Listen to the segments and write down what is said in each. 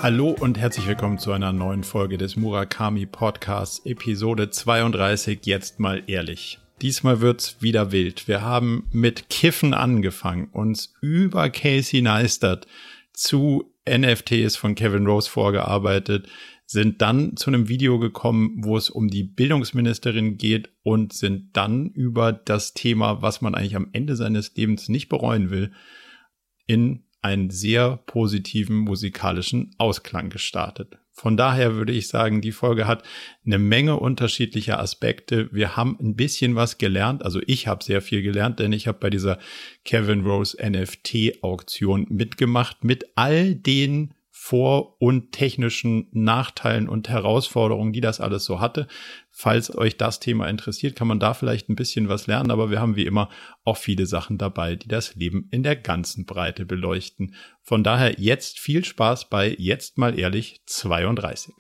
Hallo und herzlich willkommen zu einer neuen Folge des Murakami Podcasts, Episode 32, jetzt mal ehrlich. Diesmal wird's wieder wild. Wir haben mit Kiffen angefangen, uns über Casey Neistat zu NFTs von Kevin Rose vorgearbeitet, sind dann zu einem Video gekommen, wo es um die Bildungsministerin geht und sind dann über das Thema, was man eigentlich am Ende seines Lebens nicht bereuen will, in einen sehr positiven musikalischen Ausklang gestartet. Von daher würde ich sagen, die Folge hat eine Menge unterschiedlicher Aspekte. Wir haben ein bisschen was gelernt, also ich habe sehr viel gelernt, denn ich habe bei dieser Kevin Rose NFT-Auktion mitgemacht mit all den Vor- und technischen Nachteilen und Herausforderungen, die das alles so hatte. Falls euch das Thema interessiert, kann man da vielleicht ein bisschen was lernen, aber wir haben wie immer auch viele Sachen dabei, die das Leben in der ganzen Breite beleuchten. Von daher jetzt viel Spaß bei Jetzt mal ehrlich 32.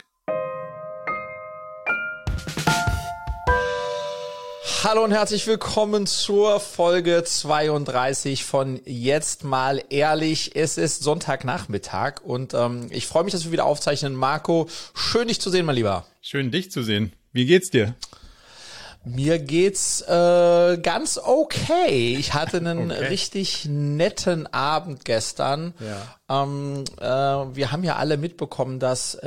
Hallo und herzlich willkommen zur Folge 32 von Jetzt mal ehrlich. Es ist Sonntagnachmittag und ich freue mich, dass wir wieder aufzeichnen. Marco, schön dich zu sehen, mein Lieber. Schön dich zu sehen. Wie geht's dir? Mir geht's ganz okay. Ich hatte einen richtig netten Abend gestern. Ja. Wir haben ja alle mitbekommen, dass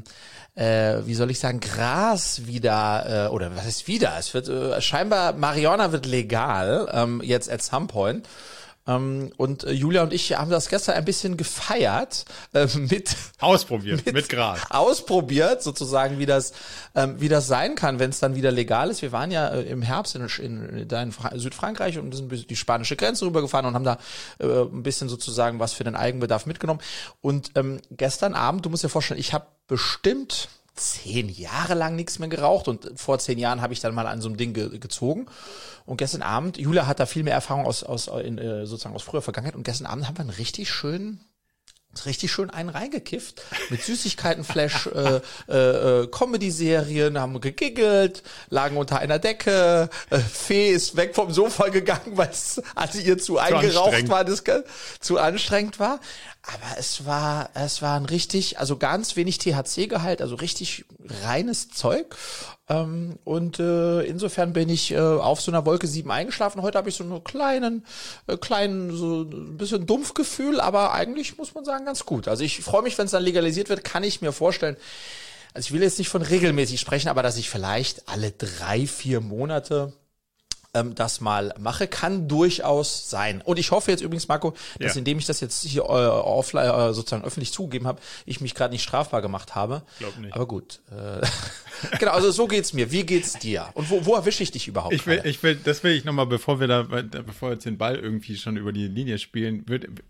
wie soll ich sagen, Gras wieder, oder was ist wieder? Es wird scheinbar, Marihuana wird legal, jetzt at some point. Und Julia und ich haben das gestern ein bisschen gefeiert, mit Gras. Ausprobiert, sozusagen, wie das sein kann, wenn es dann wieder legal ist. Wir waren ja im Herbst in Südfrankreich und sind die spanische Grenze rübergefahren und haben da ein bisschen sozusagen was für den Eigenbedarf mitgenommen. Und gestern Abend, du musst dir vorstellen, ich habe bestimmt 10 Jahre lang nichts mehr geraucht und vor 10 Jahren habe ich dann mal an so einem Ding gezogen. Und gestern Abend, Julia hat da viel mehr Erfahrung sozusagen aus früher Vergangenheit, und gestern Abend haben wir einen richtig schön einen reingekifft, mit Süßigkeitenflash, Comedy-Serien, haben gegiggelt, lagen unter einer Decke, Fee ist weg vom Sofa gegangen, weil es ihr zu eingeraucht war, das zu anstrengend war. Aber es war ein richtig, also ganz wenig THC-Gehalt, also richtig reines Zeug. Und insofern bin ich auf so einer Wolke 7 eingeschlafen. Heute habe ich so einen kleinen, so ein bisschen Dumpfgefühl, aber eigentlich muss man sagen, ganz gut. Also ich freue mich, wenn es dann legalisiert wird, kann ich mir vorstellen. Also ich will jetzt nicht von regelmäßig sprechen, aber dass ich vielleicht alle 3-4 Monate das mal mache, kann durchaus sein. Und ich hoffe jetzt übrigens, Marco, dass indem ich das jetzt hier offline sozusagen öffentlich zugegeben habe, ich mich gerade nicht strafbar gemacht habe. Glaub nicht. Aber gut. Genau, also so geht's mir. Wie geht's dir? Und wo erwische ich dich überhaupt? Das will ich nochmal, bevor wir jetzt den Ball irgendwie schon über die Linie spielen,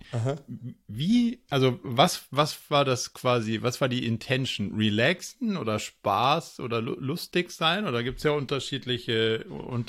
was war das quasi, was war die Intention? Relaxen oder Spaß oder lustig sein? Oder gibt's ja unterschiedliche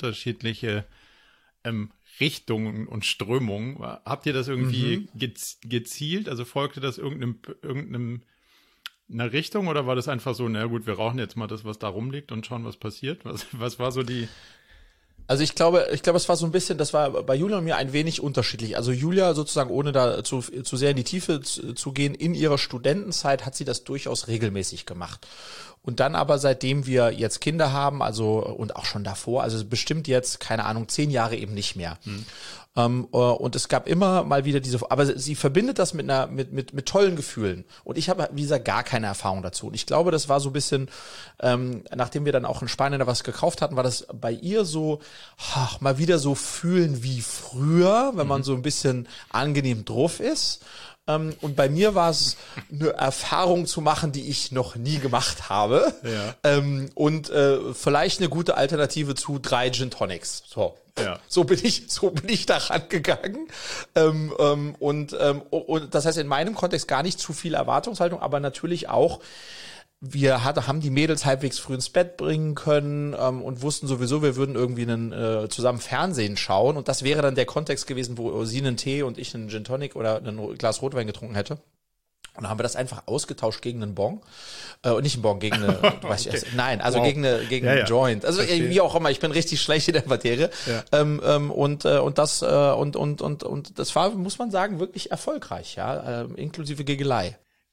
Richtungen und Strömungen. Habt ihr das irgendwie gezielt? Also folgte das irgendeiner Richtung, oder war das einfach so, na gut, wir rauchen jetzt mal das, was da rumliegt, und schauen, was passiert? Was war so die... Also ich glaube, es war so ein bisschen, das war bei Julia und mir ein wenig unterschiedlich. Also Julia sozusagen, ohne da zu sehr in die Tiefe zu gehen, in ihrer Studentenzeit hat sie das durchaus regelmäßig gemacht. Und dann aber, seitdem wir jetzt Kinder haben, also und auch schon davor, also bestimmt jetzt, keine Ahnung, 10 Jahre eben nicht mehr. Und es gab immer mal wieder aber sie verbindet das mit tollen Gefühlen. Und ich habe, wie gesagt, gar keine Erfahrung dazu. Und ich glaube, das war so ein bisschen, nachdem wir dann auch in Spanien da was gekauft hatten, war das bei ihr so, mal wieder so fühlen wie früher, wenn man so ein bisschen angenehm drauf ist. Und bei mir war es eine Erfahrung zu machen, die ich noch nie gemacht habe. Ja. Und vielleicht eine gute Alternative zu 3 Gin Tonics. So. Ja. So bin ich da rangegangen. Und das heißt in meinem Kontext gar nicht zu viel Erwartungshaltung, aber natürlich auch, haben die Mädels halbwegs früh ins Bett bringen können und wussten sowieso, wir würden irgendwie zusammen Fernsehen schauen, und das wäre dann der Kontext gewesen, wo sie einen Tee und ich einen Gin Tonic oder ein Glas Rotwein getrunken hätte. Und dann haben wir das einfach ausgetauscht gegen einen Bong. Nicht einen Bong, gegen eine, nein, also wow. gegen einen Joint. Also wie auch immer, ich bin richtig schlecht in der Materie. Ja. Und das war, muss man sagen, wirklich erfolgreich, ja, inklusive Gegelei.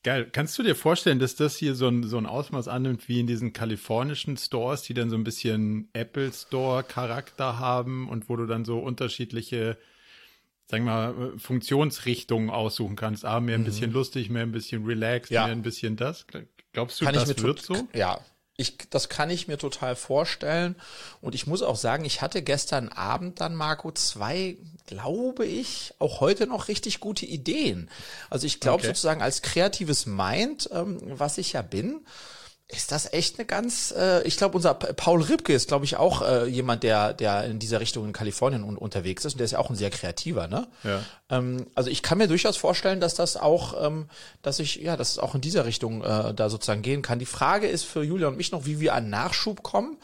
Geil. Kannst du dir vorstellen, dass das hier so ein Ausmaß annimmt wie in diesen kalifornischen Stores, die dann so ein bisschen Apple Store Charakter haben und wo du dann so unterschiedliche, sagen wir mal, Funktionsrichtungen aussuchen kannst? Mehr ein bisschen lustig, mehr ein bisschen relaxed, mehr ein bisschen das. Glaubst du, das wird so? Ja. Das kann ich mir total vorstellen. Und ich muss auch sagen, ich hatte gestern Abend dann, Marco, 2, glaube ich, auch heute noch richtig gute Ideen. Also ich glaube sozusagen als kreatives Mind, was ich ja bin, ist das echt eine ganz, ich glaube, unser Paul Ripke ist, glaube ich, auch jemand, der in dieser Richtung in Kalifornien unterwegs ist. Und der ist ja auch ein sehr kreativer, ne? Ja. Also ich kann mir durchaus vorstellen, dass das auch, dass es auch in dieser Richtung da sozusagen gehen kann. Die Frage ist für Julia und mich noch, wie wir an Nachschub kommen.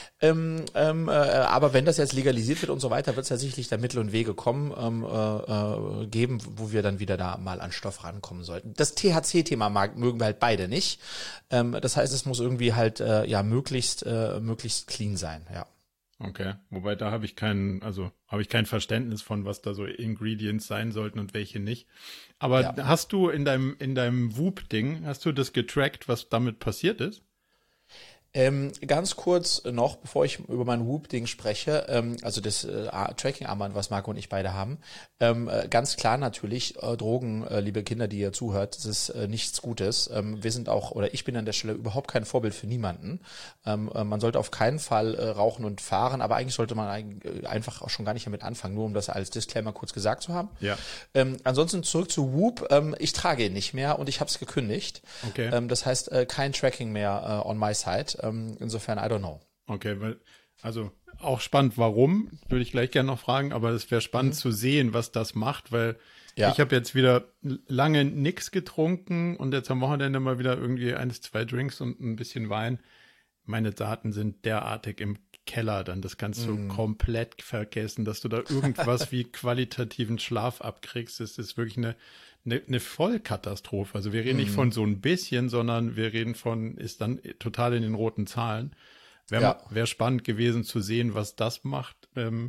Aber wenn das jetzt legalisiert wird und so weiter, wird es ja sicherlich da Mittel und Wege geben, wo wir dann wieder da mal an Stoff rankommen sollten. Das THC-Thema mögen wir halt beide nicht. Das heißt, es muss irgendwie halt möglichst clean sein, ja. Okay, wobei da habe ich kein Verständnis von, was da so Ingredients sein sollten und welche nicht. Aber hast du in deinem Whoop-Ding, hast du das getrackt, was damit passiert ist? Ganz kurz noch, bevor ich über mein Whoop-Ding spreche, also das Tracking-Armband, was Marco und ich beide haben, ganz klar natürlich, Drogen, liebe Kinder, die ihr zuhört, das ist nichts Gutes. Wir sind auch, oder ich bin an der Stelle überhaupt kein Vorbild für niemanden. Man sollte auf keinen Fall rauchen und fahren, aber eigentlich sollte man einfach auch schon gar nicht damit anfangen, nur um das als Disclaimer kurz gesagt zu haben. Ja. Ansonsten zurück zu Whoop. Ich trage ihn nicht mehr und ich habe es gekündigt. Okay. Das heißt, kein Tracking mehr on my side. Insofern, I don't know. Okay, also auch spannend, warum, würde ich gleich gerne noch fragen, aber es wäre spannend zu sehen, was das macht, weil ich habe jetzt wieder lange nichts getrunken und jetzt am Wochenende mal wieder irgendwie 1, 2 Drinks und ein bisschen Wein. Meine Daten sind derartig im Keller, dann das kannst du komplett vergessen, dass du da irgendwas wie qualitativen Schlaf abkriegst. Das ist wirklich eine Vollkatastrophe. Also wir reden nicht von so ein bisschen, sondern wir reden ist dann total in den roten Zahlen. Wäre spannend gewesen zu sehen, was das macht.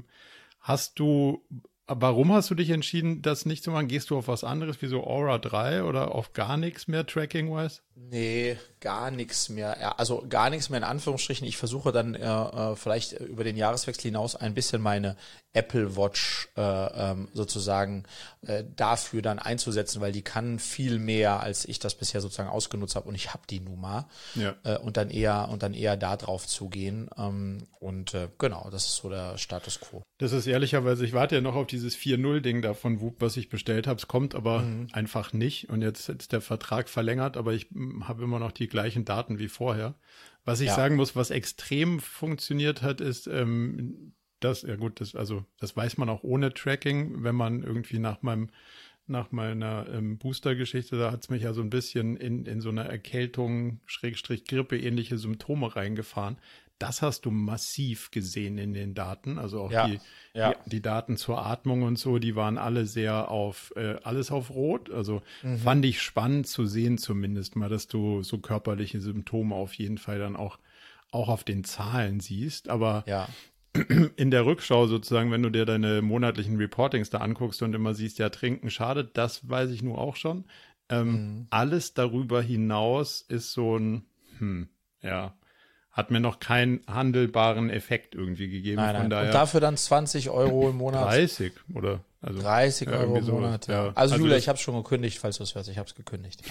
Warum hast du dich entschieden, das nicht zu machen? Gehst du auf was anderes wie so Aura 3 oder auf gar nichts mehr Tracking-wise? Nee, gar nichts mehr. Ja, also gar nichts mehr in Anführungsstrichen. Ich versuche dann vielleicht über den Jahreswechsel hinaus ein bisschen meine Apple Watch sozusagen dafür dann einzusetzen, weil die kann viel mehr, als ich das bisher sozusagen ausgenutzt habe und ich habe die nun mal. Ja. Und dann eher da drauf zugehen. Genau, das ist so der Status quo. Das ist ehrlicherweise, ich warte ja noch auf dieses 4.0-Ding da von Whoop, was ich bestellt habe. Es kommt aber einfach nicht und jetzt ist der Vertrag verlängert, aber ich habe immer noch die gleichen Daten wie vorher. Was ich sagen muss, was extrem funktioniert hat, ist, das weiß man auch ohne Tracking, wenn man irgendwie nach meiner Booster-Geschichte, da hat es mich ja so ein bisschen in so eine Erkältung, Grippe ähnliche Symptome reingefahren. Das hast du massiv gesehen in den Daten, also auch die Daten zur Atmung und so, die waren alle sehr alles auf Rot. Also fand ich spannend zu sehen zumindest mal, dass du so körperliche Symptome auf jeden Fall dann auch auf den Zahlen siehst. Aber in der Rückschau sozusagen, wenn du dir deine monatlichen Reportings da anguckst und immer siehst, ja, trinken schadet, das weiß ich nur auch schon. Alles darüber hinaus ist so ein, hat mir noch keinen handelbaren Effekt irgendwie gegeben. Nein. Von daher und dafür dann 20 Euro im Monat. 30 oder? Also, 30 Euro im Monat, ja. Also Julia, ich habe schon gekündigt, falls du es hörst, ich habe es gekündigt.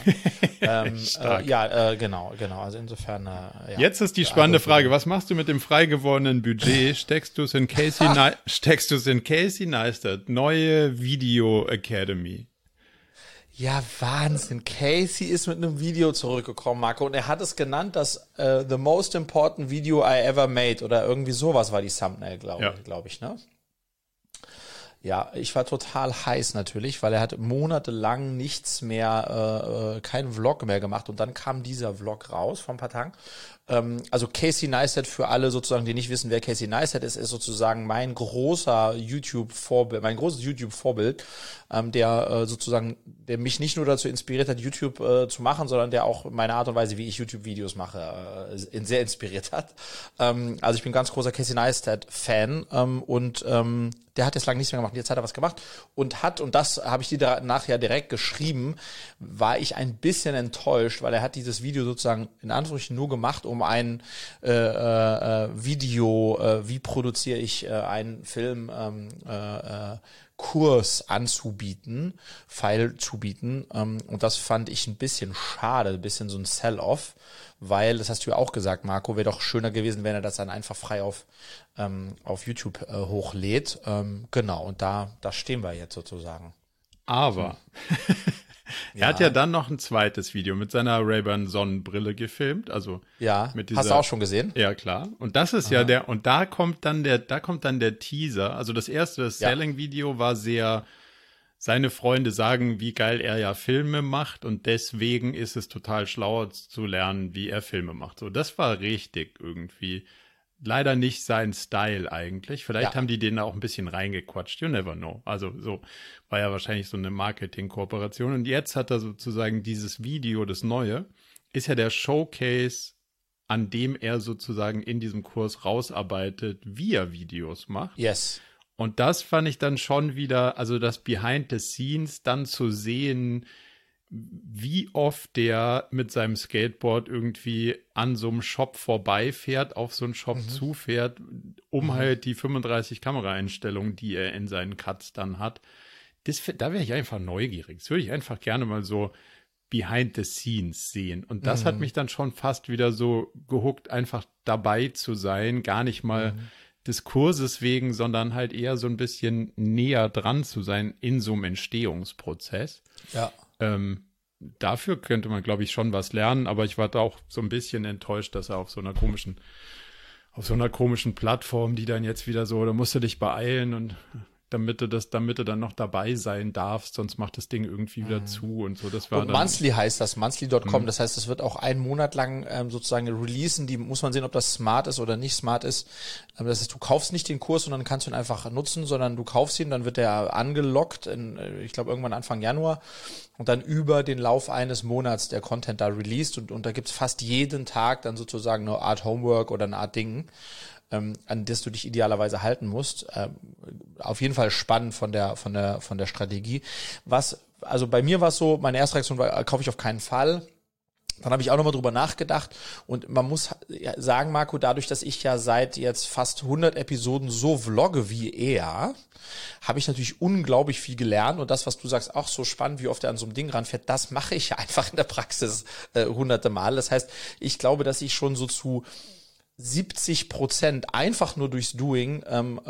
Genau. Also insofern, Jetzt ist die spannende Frage, was machst du mit dem frei gewordenen Budget? Steckst du es in Casey Neistat, neue Video Academy? Ja, Wahnsinn. Casey ist mit einem Video zurückgekommen, Marco, und er hat es genannt, das The Most Important Video I Ever Made oder irgendwie sowas war die Thumbnail, glaube ich, ne? Ja, ich war total heiß natürlich, weil er hat monatelang nichts mehr, keinen Vlog mehr gemacht und dann kam dieser Vlog raus vor ein paar Tagen Also Casey Neistat, für alle sozusagen, die nicht wissen, wer Casey Neistat ist sozusagen mein großes YouTube-Vorbild, der sozusagen, der mich nicht nur dazu inspiriert hat, YouTube zu machen, sondern der auch meine Art und Weise, wie ich YouTube-Videos mache, sehr inspiriert hat. Also ich bin ein ganz großer Casey Neistat-Fan und der hat jetzt lange nichts mehr gemacht. Jetzt hat er was gemacht und das habe ich dir danach ja direkt geschrieben, war ich ein bisschen enttäuscht, weil er hat dieses Video sozusagen in Anführungsstrichen nur gemacht, um ein Video, wie produziere ich einen Film, Kurs File zubieten. Und das fand ich ein bisschen schade, ein bisschen so ein Sell-off, weil, das hast du ja auch gesagt, Marco, wäre doch schöner gewesen, wenn er das dann einfach frei auf YouTube hochlädt. Genau, und da stehen wir jetzt sozusagen. Aber er hat ja dann noch ein zweites Video mit seiner Ray-Ban Sonnenbrille gefilmt, also ja, mit dieser, hast du auch schon gesehen? Ja, klar. Und das ist ja da kommt dann der Teaser. Also das Selling-Video war sehr, seine Freunde sagen, wie geil er ja Filme macht und deswegen ist es total schlau zu lernen, wie er Filme macht. So, das war richtig irgendwie. Leider nicht sein Style eigentlich. Vielleicht haben die den auch ein bisschen reingequatscht. You never know. Also so war ja wahrscheinlich so eine Marketing-Kooperation. Und jetzt hat er sozusagen dieses Video, das Neue, ist ja der Showcase, an dem er sozusagen in diesem Kurs rausarbeitet, wie er Videos macht. Yes. Und das fand ich dann schon wieder, also das Behind the Scenes dann zu sehen, wie oft der mit seinem Skateboard irgendwie an so einem Shop vorbeifährt, auf so einen Shop zufährt, um halt die 35 Kameraeinstellungen, die er in seinen Cuts dann hat. Da wäre ich einfach neugierig. Das würde ich einfach gerne mal so behind the scenes sehen. Und das hat mich dann schon fast wieder so gehuckt, einfach dabei zu sein, gar nicht mal des Kurses wegen, sondern halt eher so ein bisschen näher dran zu sein in so einem Entstehungsprozess. Ja. Dafür könnte man, glaube ich, schon was lernen, aber ich war da auch so ein bisschen enttäuscht, dass er auf so einer komischen Plattform, die dann jetzt wieder so, da musst du dich beeilen und damit du dann noch dabei sein darfst, sonst macht das Ding irgendwie wieder zu und so. Das war und dann, Monthly heißt das, monthly.com. Das heißt, es wird auch einen Monat lang sozusagen releasen. Die muss man sehen, ob das smart ist oder nicht smart ist. Das heißt, du kaufst nicht den Kurs und dann kannst du ihn einfach nutzen, sondern du kaufst ihn, dann wird der angelockt ich glaube, irgendwann Anfang Januar und dann über den Lauf eines Monats der Content da released und da gibt's fast jeden Tag dann sozusagen eine Art Homework oder eine Art Ding, an das du dich idealerweise halten musst. Auf jeden Fall spannend von der Strategie. Also bei mir war es so, meine erste Reaktion war, kaufe ich auf keinen Fall. Dann habe ich auch nochmal drüber nachgedacht und man muss sagen, Marco, dadurch, dass ich ja seit jetzt fast 100 Episoden so vlogge wie er, habe ich natürlich unglaublich viel gelernt und das, was du sagst, auch so spannend, wie oft er an so einem Ding ranfährt, das mache ich ja einfach in der Praxis hunderte Mal. Das heißt, ich glaube, dass ich schon so zu 70% einfach nur durchs Doing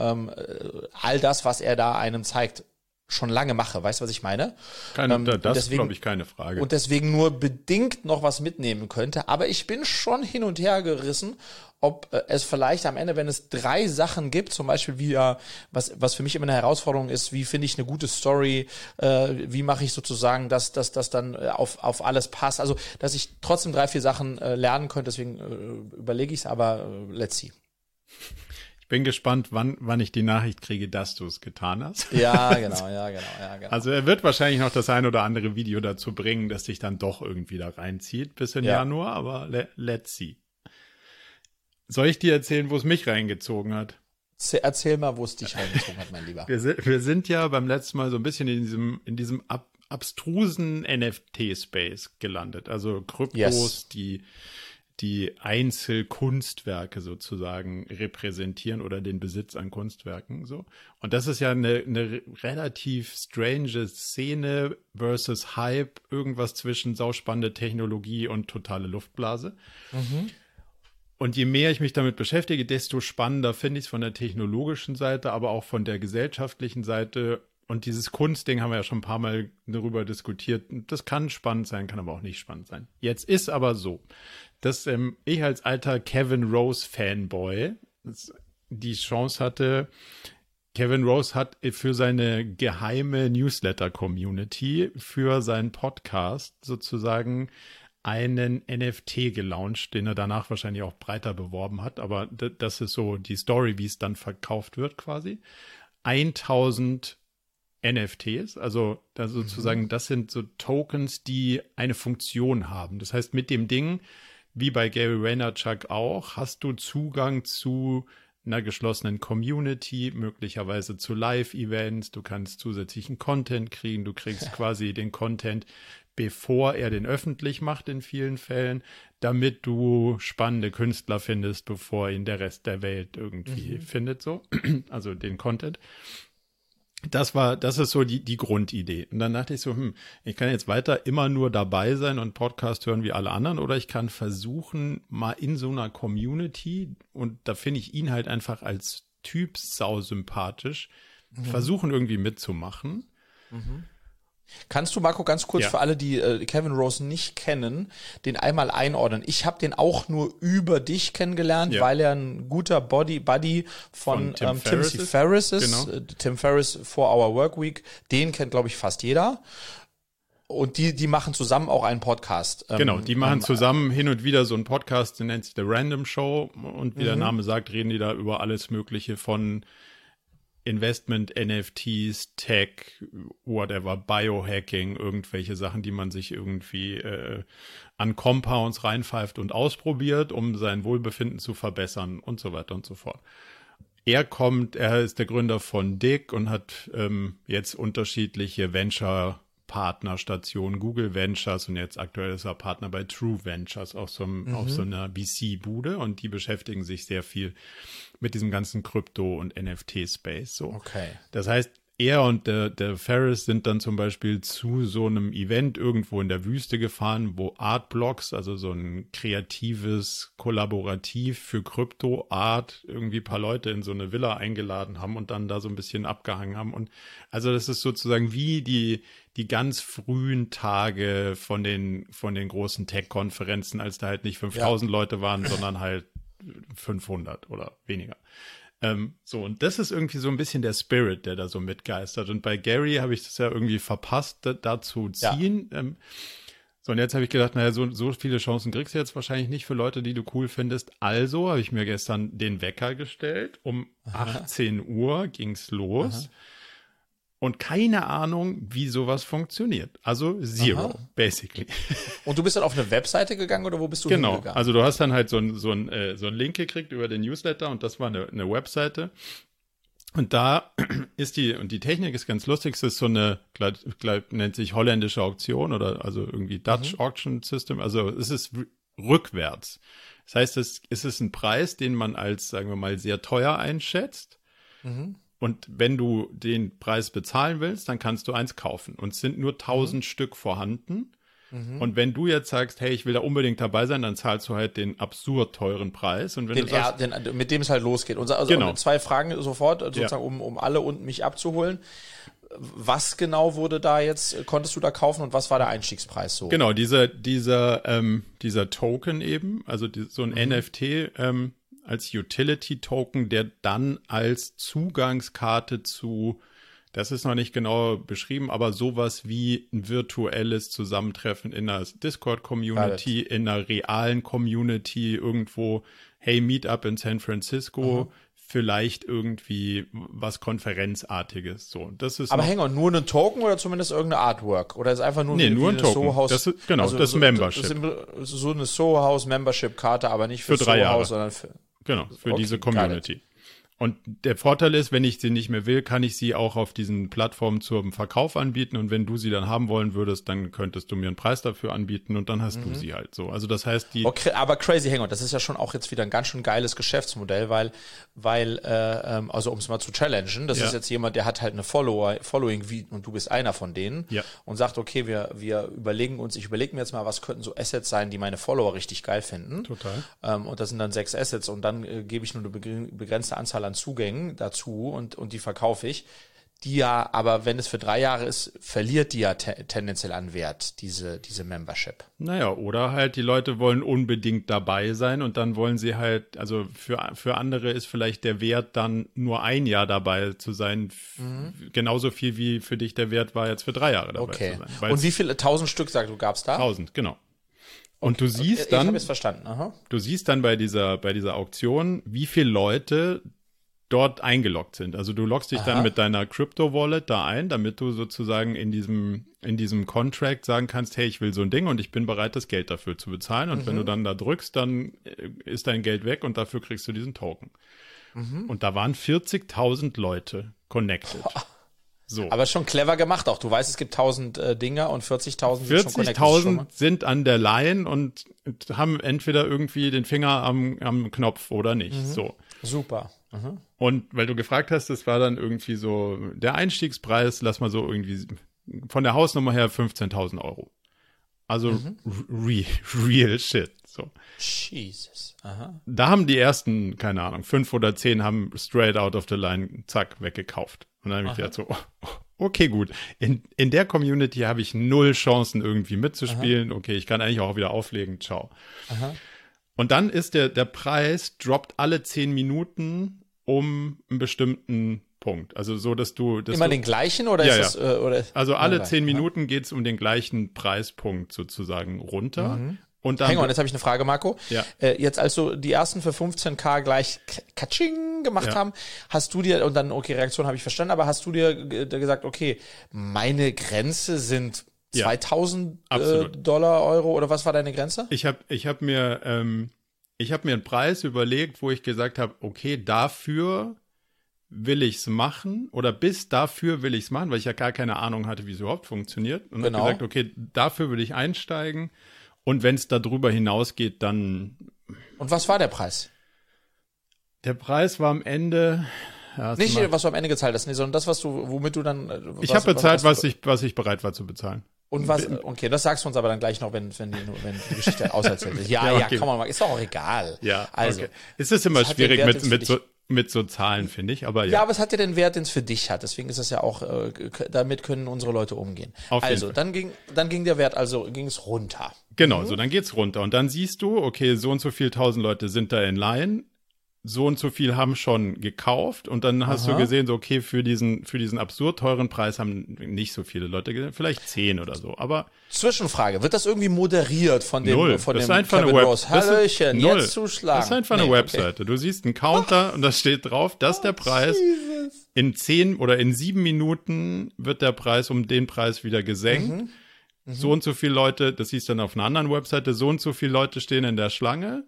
all das, was er da einem zeigt, schon lange mache. Weißt du, was ich meine? Das ist, glaube ich, keine Frage. Und deswegen nur bedingt noch was mitnehmen könnte. Aber ich bin schon hin und her gerissen, ob es vielleicht am Ende, wenn es 3 Sachen gibt, zum Beispiel was für mich immer eine Herausforderung ist, wie finde ich eine gute Story, wie mache ich sozusagen, dass das dann auf alles passt. Also, dass ich trotzdem 3, 4 Sachen lernen könnte, deswegen überlege ich es, aber let's see. Ich bin gespannt, wann ich die Nachricht kriege, dass du es getan hast. Ja, genau. Also er wird wahrscheinlich noch das ein oder andere Video dazu bringen, das sich dann doch irgendwie da reinzieht bis in Januar, aber let's see. Soll ich dir erzählen, wo es mich reingezogen hat? Erzähl mal, wo es dich reingezogen hat, mein Lieber. Wir sind ja beim letzten Mal so ein bisschen in diesem abstrusen NFT-Space gelandet. Also Kryptos, die Einzelkunstwerke sozusagen repräsentieren oder den Besitz an Kunstwerken so. Und das ist ja eine relativ strange Szene versus Hype, irgendwas zwischen sauspannende Technologie und totale Luftblase. Und je mehr ich mich damit beschäftige, desto spannender finde ich es von der technologischen Seite, aber auch von der gesellschaftlichen Seite. Und dieses Kunstding haben wir ja schon ein paar Mal darüber diskutiert. Das kann spannend sein, kann aber auch nicht spannend sein. Jetzt ist aber so, dass ich als alter Kevin Rose Fanboy die Chance hatte, Kevin Rose hat für seine geheime Newsletter-Community, für seinen Podcast sozusagen einen NFT gelauncht, den er danach wahrscheinlich auch breiter beworben hat, aber das ist so die Story, wie es dann verkauft wird quasi. 1000 NFTs, also da sozusagen, das sind so Tokens, die eine Funktion haben. Das heißt, mit dem Ding, wie bei Gary Vaynerchuk auch, hast du Zugang zu einer geschlossenen Community, möglicherweise zu Live-Events, du kannst zusätzlichen Content kriegen, du kriegst quasi den Content, bevor er den öffentlich macht in vielen Fällen, damit du spannende Künstler findest, bevor ihn der Rest der Welt irgendwie findet, so, also den Content. Das ist so die Grundidee. Und dann dachte ich so, ich kann jetzt weiter immer nur dabei sein und Podcast hören wie alle anderen, oder ich kann versuchen, mal in so einer Community, und da finde ich ihn halt einfach als Typ sausympathisch, versuchen irgendwie mitzumachen. Kannst du, Marco, ganz kurz für alle, die Kevin Rose nicht kennen, den einmal einordnen? Ich habe den auch nur über dich kennengelernt, weil er ein guter Buddy von Timothy Ferriss ist. Genau. Tim Ferriss, 4-Hour Workweek, den kennt, glaube ich, fast jeder. Und die machen zusammen auch einen Podcast. Genau, die machen zusammen hin und wieder so einen Podcast, der nennt sich The Random Show. Und wie der Name sagt, reden die da über alles Mögliche von Investment, NFTs, Tech, whatever, Biohacking, irgendwelche Sachen, die man sich irgendwie an Compounds reinpfeift und ausprobiert, um sein Wohlbefinden zu verbessern und so weiter und so fort. Er ist der Gründer von Dick und hat jetzt unterschiedliche Venture-Partnerstationen, Google Ventures, und jetzt aktuell ist er Partner bei True Ventures, auf so einer VC-Bude, und die beschäftigen sich sehr viel mit diesem ganzen Krypto- und NFT-Space. So. Okay. Das heißt, er und der Ferriss sind dann zum Beispiel zu so einem Event irgendwo in der Wüste gefahren, wo Artblocks, also so ein kreatives Kollaborativ für Krypto-Art, irgendwie ein paar Leute in so eine Villa eingeladen haben und dann da so ein bisschen abgehangen haben. Und also das ist sozusagen wie die ganz frühen Tage von den großen Tech-Konferenzen, als da halt nicht 5000 Leute waren, sondern halt 500 oder weniger. So, und das ist irgendwie so ein bisschen der Spirit, der da so mitgeistert. Und bei Gary habe ich das ja irgendwie verpasst, da zu ziehen. Ja. So, und jetzt habe ich gedacht, naja, so viele Chancen kriegst du jetzt wahrscheinlich nicht für Leute, die du cool findest. Also habe ich mir gestern den Wecker gestellt. Um 18 Uhr ging's los. Und keine Ahnung, wie sowas funktioniert. Also zero, basically. Und du bist dann auf eine Webseite gegangen oder wo bist du hingegangen? Genau, also du hast dann halt so einen Link gekriegt über den Newsletter, und das war eine Webseite. Und da ist die Technik ist ganz lustig, es ist so eine, nennt sich holländische Auktion oder also irgendwie Dutch Auction System, also es ist rückwärts. Das heißt, es ist ein Preis, den man als, sagen wir mal, sehr teuer einschätzt. Und wenn du den Preis bezahlen willst, dann kannst du eins kaufen. Und es sind nur 1000 Stück vorhanden. Und wenn du jetzt sagst, hey, ich will da unbedingt dabei sein, dann zahlst du halt den absurd teuren Preis. Und wenn mit dem es halt losgeht. Also genau. 2 Fragen sofort, sozusagen, um alle und mich abzuholen. Was genau konntest du da kaufen, und was war der Einstiegspreis so? Genau, dieser Token eben, also so ein NFT, als Utility-Token, der dann als Zugangskarte zu, das ist noch nicht genau beschrieben, aber sowas wie ein virtuelles Zusammentreffen in einer Discord-Community, in einer realen Community irgendwo, hey, Meetup in San Francisco, vielleicht irgendwie was Konferenzartiges. So, das ist. Aber hang on, nur ein Token oder zumindest irgendeine Artwork? Oder ist einfach nur nur ein Token. Soho-House? Das ist Membership. Das ist so eine Soho-House-Membership-Karte, aber nicht für Soho-House, sondern für diese Community. Und der Vorteil ist, wenn ich sie nicht mehr will, kann ich sie auch auf diesen Plattformen zum Verkauf anbieten. Und wenn du sie dann haben wollen würdest, dann könntest du mir einen Preis dafür anbieten und dann hast du sie halt so. Also das heißt, Okay, aber crazy, hang on, das ist ja schon auch jetzt wieder ein ganz schön geiles Geschäftsmodell, weil also um es mal zu challengen, das ist jetzt jemand, der hat halt eine Following wie, und du bist einer von denen und sagt, okay, wir überlegen uns, ich überlege mir jetzt mal, was könnten so Assets sein, die meine Follower richtig geil finden. Total. Und das sind dann 6 Assets, und dann gebe ich nur eine begrenzte Anzahl an Zugängen dazu und die verkaufe ich. Die ja, aber wenn es für 3 Jahre ist, verliert die ja tendenziell an Wert, diese Membership. Naja, oder halt die Leute wollen unbedingt dabei sein, und dann wollen sie halt, also für andere ist vielleicht der Wert dann nur 1 Jahr dabei zu sein, genauso viel wie für dich der Wert war, jetzt für 3 Jahre dabei zu sein. Und wie viele 1000 Stück, gab's da? 1000, genau. Und du siehst Ich dann, habe es verstanden. Aha. du siehst dann bei dieser Auktion, wie viele Leute dort eingeloggt sind. Also du loggst dich dann mit deiner Crypto-Wallet da ein, damit du sozusagen in diesem Contract sagen kannst, hey, ich will so ein Ding und ich bin bereit, das Geld dafür zu bezahlen. Und wenn du dann da drückst, dann ist dein Geld weg und dafür kriegst du diesen Token. Und da waren 40.000 Leute connected. So. Aber schon clever gemacht auch. Du weißt, es gibt 1000 Dinger und 40.000 sind schon connected. 40.000 sind an der Line und haben entweder irgendwie den Finger am Knopf oder nicht. So. Super. Und weil du gefragt hast, das war dann irgendwie so der Einstiegspreis, lass mal so irgendwie von der Hausnummer her 15.000 Euro. Also real shit. So. Jesus. Aha. Da haben die ersten, keine Ahnung, 5 oder 10 haben straight out of the line, zack, weggekauft. Und dann habe ich gedacht so, okay, gut. In der Community habe ich 0 Chancen irgendwie mitzuspielen. Okay, ich kann eigentlich auch wieder auflegen. Ciao. Und dann ist der Preis droppt alle 10 Minuten um einen bestimmten Punkt. Also so, dass du... Immer den gleichen oder ist das... Oder? Also alle 10 Minuten geht's um den gleichen Preispunkt sozusagen runter. Und dann Hang on, jetzt habe ich eine Frage, Marco. Ja. Jetzt, als du die ersten für 15.000 gleich Katsching gemacht haben, hast du dir, und dann, okay, Reaktion habe ich verstanden, aber hast du dir gesagt, okay, meine Grenze sind 2.000 Dollar, Euro, oder was war deine Grenze? Ich hab mir einen Preis überlegt, wo ich gesagt habe, okay, dafür will ich's machen oder bis dafür will ich's machen, weil ich ja gar keine Ahnung hatte, wie es überhaupt funktioniert. Und habe gesagt, okay, dafür will ich einsteigen. Und wenn es darüber hinausgeht, dann... Und was war der Preis? Der Preis war am Ende... Nicht, was du am Ende gezahlt hast, nee, sondern das, womit du dann... Ich habe bezahlt, was ich bereit war zu bezahlen. Und was, okay, das sagst du uns aber dann gleich noch, wenn die Geschichte auserzählt ist. Ja, okay. Komm mal, ist doch auch egal. Ja, also. Okay. Es ist immer schwierig mit so Zahlen, finde ich, aber ja. Ja, aber es hat ja den Wert, den es für dich hat. Deswegen ist es ja auch, damit können unsere Leute umgehen. Also, dann ging der Wert, ging es runter. Genau, so, dann geht's runter. Und dann siehst du, okay, so und so viel 1000 Leute sind da in Line. So und so viel haben schon gekauft und dann hast du gesehen, so okay, für diesen absurd teuren Preis haben nicht so viele Leute gesehen, vielleicht 10 oder so, aber... Zwischenfrage, wird das irgendwie moderiert von dem das ist einfach Kevin eine Rose? Hallöchen, jetzt zuschlagen. Das ist einfach eine Webseite. Okay. Du siehst einen Counter und da steht drauf, dass der Preis in 10 oder in 7 Minuten wird der Preis um den Preis wieder gesenkt. So und so viele Leute, das siehst du dann auf einer anderen Webseite, so und so viele Leute stehen in der Schlange.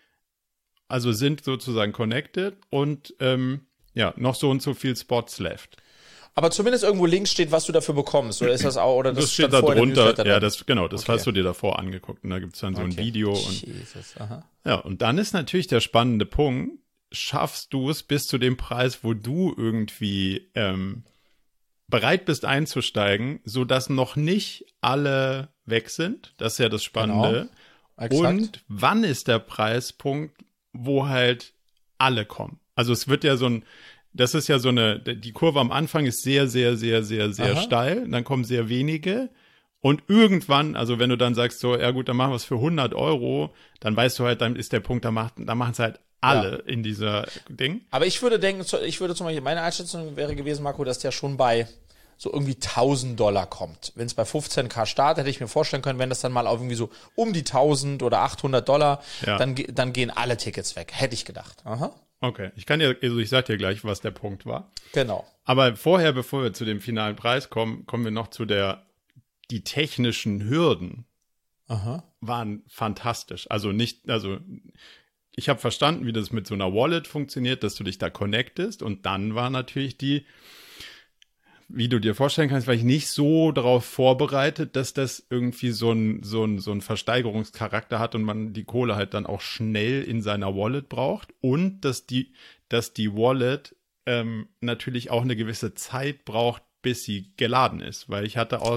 Also sind sozusagen connected und noch so und so viel Spots left. Aber zumindest irgendwo links steht, was du dafür bekommst, oder ist das auch, oder das steht da drunter, ja, das hast du dir davor angeguckt und da gibt's dann so ein Video und Jesus, ja, und dann ist natürlich der spannende Punkt, schaffst du es bis zu dem Preis, wo du irgendwie bereit bist einzusteigen, so dass noch nicht alle weg sind, das ist ja das Spannende. Genau. Und wann ist der Preispunkt, wo halt alle kommen. Also es wird ja die Kurve am Anfang ist sehr, sehr, sehr, sehr, sehr steil. Dann kommen sehr wenige. Und irgendwann, also wenn du dann sagst so, ja gut, dann machen wir es für 100 Euro, dann weißt du halt, dann ist der Punkt, da machen es halt alle in dieser Ding. Aber ich würde zum Beispiel, meine Einschätzung wäre gewesen, Marco, dass der schon bei so irgendwie 1.000 Dollar kommt. Wenn es bei 15.000 startet, hätte ich mir vorstellen können, wenn das dann mal auf irgendwie so um die 1.000 oder 800 Dollar, dann gehen alle Tickets weg. Hätte ich gedacht. Okay, ich sag dir gleich, was der Punkt war. Genau. Aber vorher, bevor wir zu dem finalen Preis kommen wir noch zu die technischen Hürden waren fantastisch. Also ich habe verstanden, wie das mit so einer Wallet funktioniert, dass du dich da connectest und dann war natürlich wie du dir vorstellen kannst, war ich nicht so darauf vorbereitet, dass das irgendwie so ein Versteigerungscharakter hat und man die Kohle halt dann auch schnell in seiner Wallet braucht und dass die Wallet natürlich auch eine gewisse Zeit braucht, bis sie geladen ist, weil ich hatte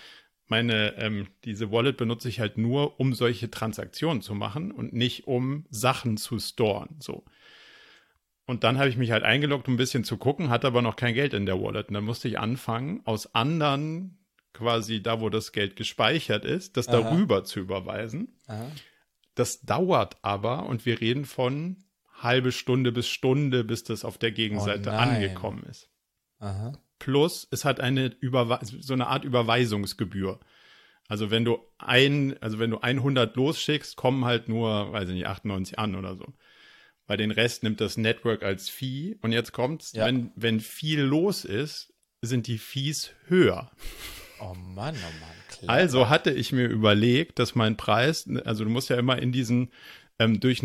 diese Wallet benutze ich halt nur, um solche Transaktionen zu machen und nicht um Sachen zu storen, so. Und dann habe ich mich halt eingeloggt, um ein bisschen zu gucken, hatte aber noch kein Geld in der Wallet. Und dann musste ich anfangen, aus anderen, quasi da, wo das Geld gespeichert ist, das darüber zu überweisen. Das dauert aber, und wir reden von halbe Stunde, bis das auf der Gegenseite angekommen ist. Plus, es hat so eine Art Überweisungsgebühr. Also wenn du 100 losschickst, kommen halt nur, weiß ich nicht, 98 an oder so. Bei den Rest nimmt das Network als Fee. Und jetzt kommt's, wenn viel los ist, sind die Fees höher. Oh Mann, klar. Also hatte ich mir überlegt, dass mein Preis, also du musst ja immer in diesen durch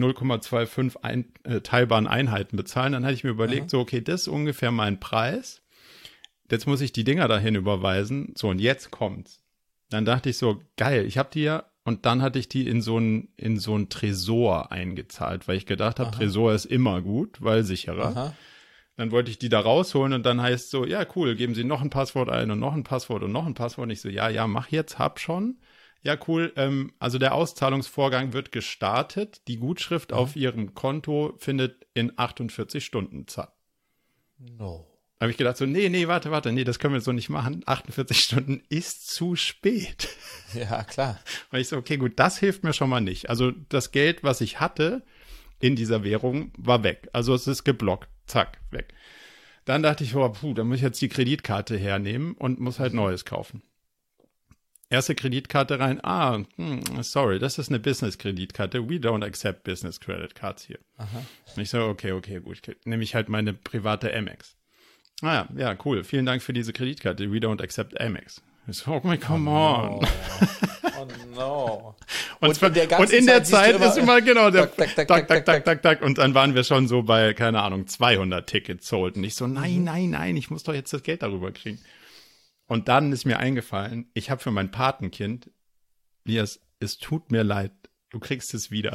0,25 teilbaren Einheiten bezahlen. Dann hatte ich mir überlegt, so okay, das ist ungefähr mein Preis. Jetzt muss ich die Dinger dahin überweisen. So, und jetzt kommt's. Dann dachte ich so, geil, ich habe die ja. Und dann hatte ich die in so ein Tresor eingezahlt, weil ich gedacht habe, Tresor ist immer gut, weil sicherer. Aha. Dann wollte ich die da rausholen und dann heißt so, ja cool, geben Sie noch ein Passwort ein und noch ein Passwort und noch ein Passwort. Und ich so, ja, mach jetzt, hab schon. Ja, cool, also der Auszahlungsvorgang wird gestartet. Die Gutschrift auf Ihrem Konto findet in 48 Stunden statt. No. Da habe ich gedacht so, nee, warte, nee, das können wir so nicht machen. 48 Stunden ist zu spät. Ja, klar. Und ich so, okay, gut, das hilft mir schon mal nicht. Also das Geld, was ich hatte in dieser Währung, war weg. Also es ist geblockt. Zack, weg. Dann dachte ich, da muss ich jetzt die Kreditkarte hernehmen und muss halt Neues kaufen. Erste Kreditkarte rein. Sorry, das ist eine Business-Kreditkarte. We don't accept Business Credit Cards hier. Aha. Und ich so, okay, gut. Nehme ich halt meine private Amex. Ja, cool. Vielen Dank für diese Kreditkarte. We don't accept Amex. Ich so, oh my, come on. Oh no. Und in der Zeit ist immer genau der tak. Und dann waren wir schon so bei, keine Ahnung, 200 Tickets sold. Und ich so, nein, ich muss doch jetzt das Geld darüber kriegen. Und dann ist mir eingefallen, ich habe für mein Patenkind, Lias, es tut mir leid, du kriegst es wieder.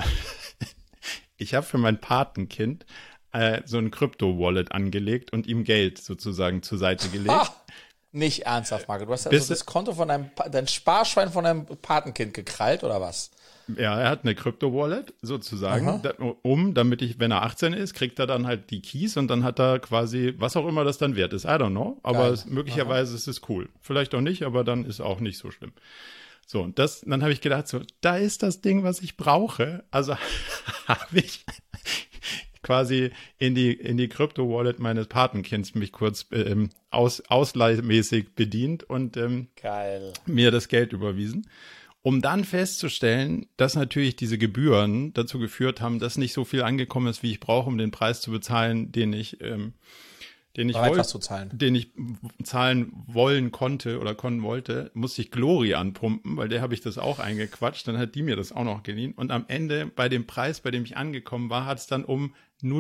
Ich habe für mein Patenkind so ein Krypto-Wallet angelegt und ihm Geld sozusagen zur Seite gelegt. Nicht ernsthaft, Marco. Du hast also das Konto von dein Sparschwein von deinem Patenkind gekrallt, oder was? Ja, er hat eine Krypto-Wallet sozusagen, damit wenn er 18 ist, kriegt er dann halt die Keys und dann hat er quasi, was auch immer das dann wert ist, I don't know, aber möglicherweise ist es cool. Vielleicht auch nicht, aber dann ist auch nicht so schlimm. So, und dann habe ich gedacht, so, da ist das Ding, was ich brauche. Also habe ich quasi in die Krypto-Wallet meines Patenkinds mich kurz ausleihmäßig bedient und mir das Geld überwiesen, um dann festzustellen, dass natürlich diese Gebühren dazu geführt haben, dass nicht so viel angekommen ist, wie ich brauche, um den Preis zu bezahlen, den ich zahlen wollen konnte oder wollte, musste ich Glory anpumpen, weil der habe ich das auch eingequatscht, dann hat die mir das auch noch geliehen und am Ende bei dem Preis, bei dem ich angekommen war, hat es dann um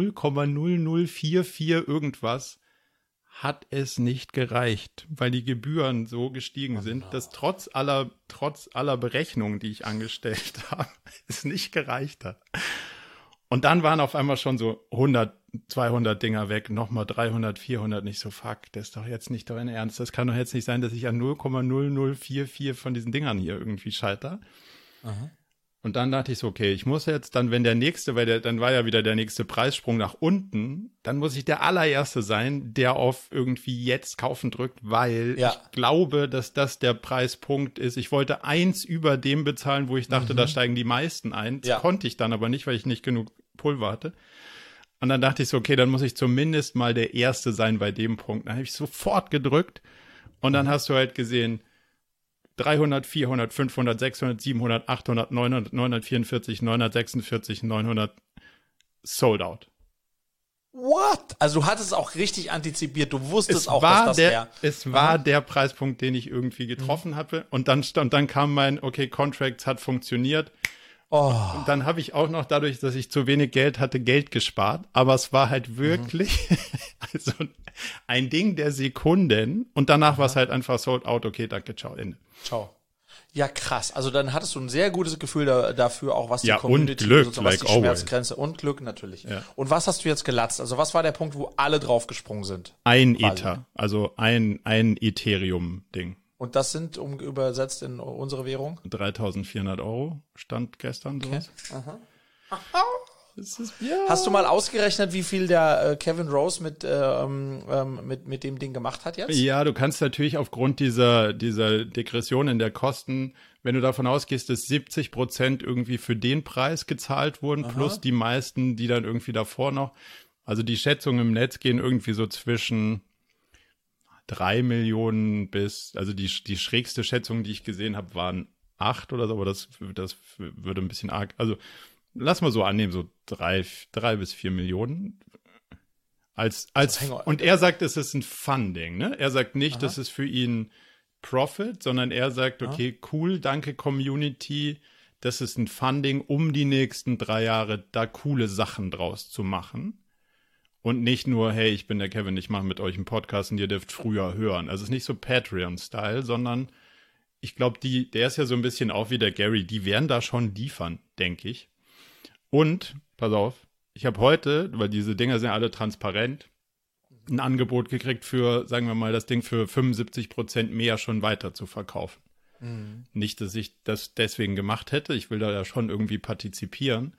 0,0044 irgendwas hat es nicht gereicht, weil die Gebühren so gestiegen sind, dass trotz aller Berechnungen, die ich angestellt habe, es nicht gereicht hat. Und dann waren auf einmal schon so 100, 200 Dinger weg, nochmal 300, 400, nicht so, fuck, das ist doch jetzt nicht dein Ernst. Das kann doch jetzt nicht sein, dass ich an 0,0044 von diesen Dingern hier irgendwie scheitere. Aha. Und dann dachte ich so, okay, ich muss jetzt dann, wenn der nächste, dann war ja wieder der nächste Preissprung nach unten, dann muss ich der allererste sein, der auf irgendwie jetzt kaufen drückt, weil ich glaube, dass das der Preispunkt ist. Ich wollte 1 über dem bezahlen, wo ich dachte, da steigen die meisten ein. Das konnte ich dann aber nicht, weil ich nicht genug Pulver hatte. Und dann dachte ich so, okay, dann muss ich zumindest mal der Erste sein bei dem Punkt. Dann habe ich sofort gedrückt und dann hast du halt gesehen, 300, 400, 500, 600, 700, 800, 900, 944, 946, 900 sold out. What? Also du hattest auch richtig antizipiert. Du wusstest auch, dass das wäre. Es war der Preispunkt, den ich irgendwie getroffen hatte. Und dann kam mein, okay, Contracts hat funktioniert. Oh. Und dann habe ich auch noch dadurch, dass ich zu wenig Geld hatte, Geld gespart. Aber es war halt wirklich also ein Ding der Sekunden. Und danach war es halt einfach sold out. Okay, danke, ciao, Ende. Ciao. Ja, krass. Also dann hattest du ein sehr gutes Gefühl dafür, auch was die Community, und Glück, was die Schmerzgrenze und Glück natürlich. Ja. Und was hast du jetzt gelatzt? Also was war der Punkt, wo alle draufgesprungen sind? Ein Ether, also ein Ethereum-Ding. Und das sind, übersetzt in unsere Währung? 3.400 € stand gestern. Okay. Aha. Hast du mal ausgerechnet, wie viel der Kevin Rose mit dem Ding gemacht hat jetzt? Ja, du kannst natürlich aufgrund dieser Degression in der Kosten, wenn du davon ausgehst, dass 70% irgendwie für den Preis gezahlt wurden, plus die meisten, die dann irgendwie davor noch, also die Schätzungen im Netz gehen irgendwie so zwischen 3 Millionen also die schrägste Schätzung, die ich gesehen habe, waren 8 oder so, aber das würde ein bisschen arg, also lass mal so annehmen, so 3 bis 4 Millionen. Und er sagt, es ist ein Funding, ne? Er sagt nicht, das ist für ihn Profit, sondern er sagt, okay, cool, danke Community, das ist ein Funding, um die nächsten 3 Jahre da coole Sachen draus zu machen. Und nicht nur, hey, ich bin der Kevin, ich mache mit euch einen Podcast und ihr dürft früher hören. Also es ist nicht so Patreon-Style, sondern ich glaube, der ist ja so ein bisschen auch wie der Gary, die werden da schon liefern, denke ich. Und, pass auf, ich habe heute, weil diese Dinger sind alle transparent, ein Angebot gekriegt für, sagen wir mal, das Ding für 75% mehr schon weiter zu verkaufen. Mhm. Nicht, dass ich das deswegen gemacht hätte, ich will da ja schon irgendwie partizipieren.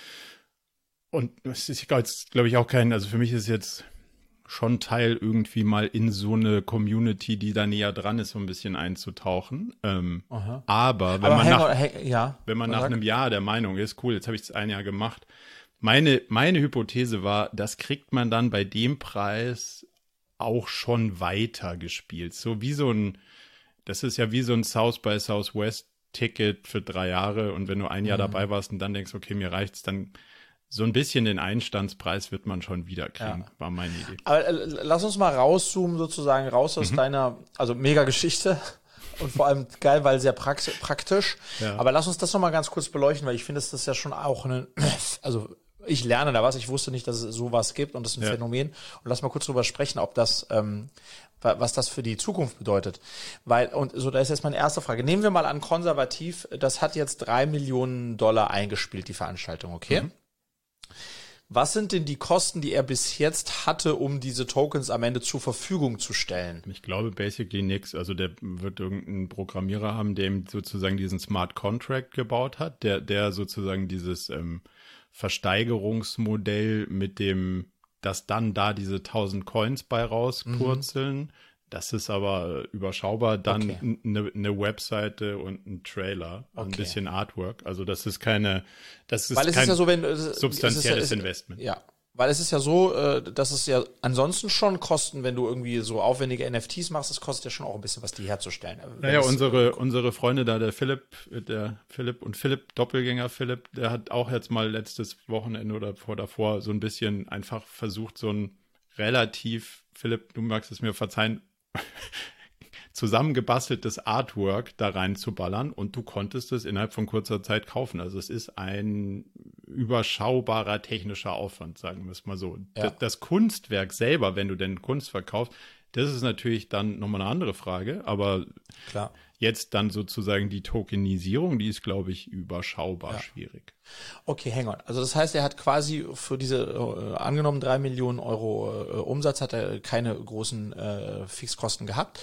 Und es ist, glaube ich, auch also für mich ist jetzt schon Teil, irgendwie mal in so eine Community, die da näher dran ist, so ein bisschen einzutauchen. Aber wenn man nach einem Jahr der Meinung ist, cool, jetzt habe ich es 1 Jahr gemacht. Meine Hypothese war, das kriegt man dann bei dem Preis auch schon weiter gespielt. So wie das ist ja wie so ein South by Southwest Ticket für 3 Jahre. Und wenn du 1 Jahr dabei warst und dann denkst, okay, mir reicht's, dann so ein bisschen den Einstandspreis wird man schon wieder kriegen, war meine Idee. Aber lass uns mal rauszoomen, sozusagen raus aus deiner, also mega Geschichte und vor allem geil, weil sehr praktisch. Ja. Aber lass uns das nochmal ganz kurz beleuchten, weil ich finde, das ist ja schon auch also ich lerne da was, ich wusste nicht, dass es sowas gibt und das ist ein Phänomen. Und lass mal kurz drüber sprechen, ob das, was das für die Zukunft bedeutet. Da ist jetzt meine erste Frage. Nehmen wir mal an, konservativ, das hat jetzt $3 Millionen eingespielt, die Veranstaltung, okay? Mhm. Was sind denn die Kosten, die er bis jetzt hatte, um diese Tokens am Ende zur Verfügung zu stellen? Ich glaube basically nichts. Also der wird irgendeinen Programmierer haben, der ihm sozusagen diesen Smart Contract gebaut hat, der sozusagen dieses Versteigerungsmodell mit dem, dass dann da diese 1000 Coins bei rauspurzeln. Das ist aber überschaubar. Dann eine Webseite und ein Trailer, ein bisschen Artwork. Also das ist kein substanzielles Investment. Ja, weil es ist ja so, dass es ja ansonsten schon Kosten, wenn du irgendwie so aufwendige NFTs machst, es kostet ja schon auch ein bisschen was, die herzustellen. Naja, unsere Freunde da, der Philipp Doppelgänger Philipp, der hat auch jetzt mal letztes Wochenende oder davor so ein bisschen einfach versucht, so ein relativ, Philipp, du magst es mir verzeihen, zusammengebasteltes Artwork da reinzuballern und du konntest es innerhalb von kurzer Zeit kaufen. Also es ist ein überschaubarer technischer Aufwand, sagen wir es mal so. Ja. Das Kunstwerk selber, wenn du denn Kunst verkaufst, das ist natürlich dann nochmal eine andere Frage, aber klar. Jetzt dann sozusagen die Tokenisierung, die ist, glaube ich, überschaubar schwierig. Okay, hang on. Also das heißt, er hat quasi für diese angenommen 3 Millionen Euro Umsatz, hat er keine großen Fixkosten gehabt.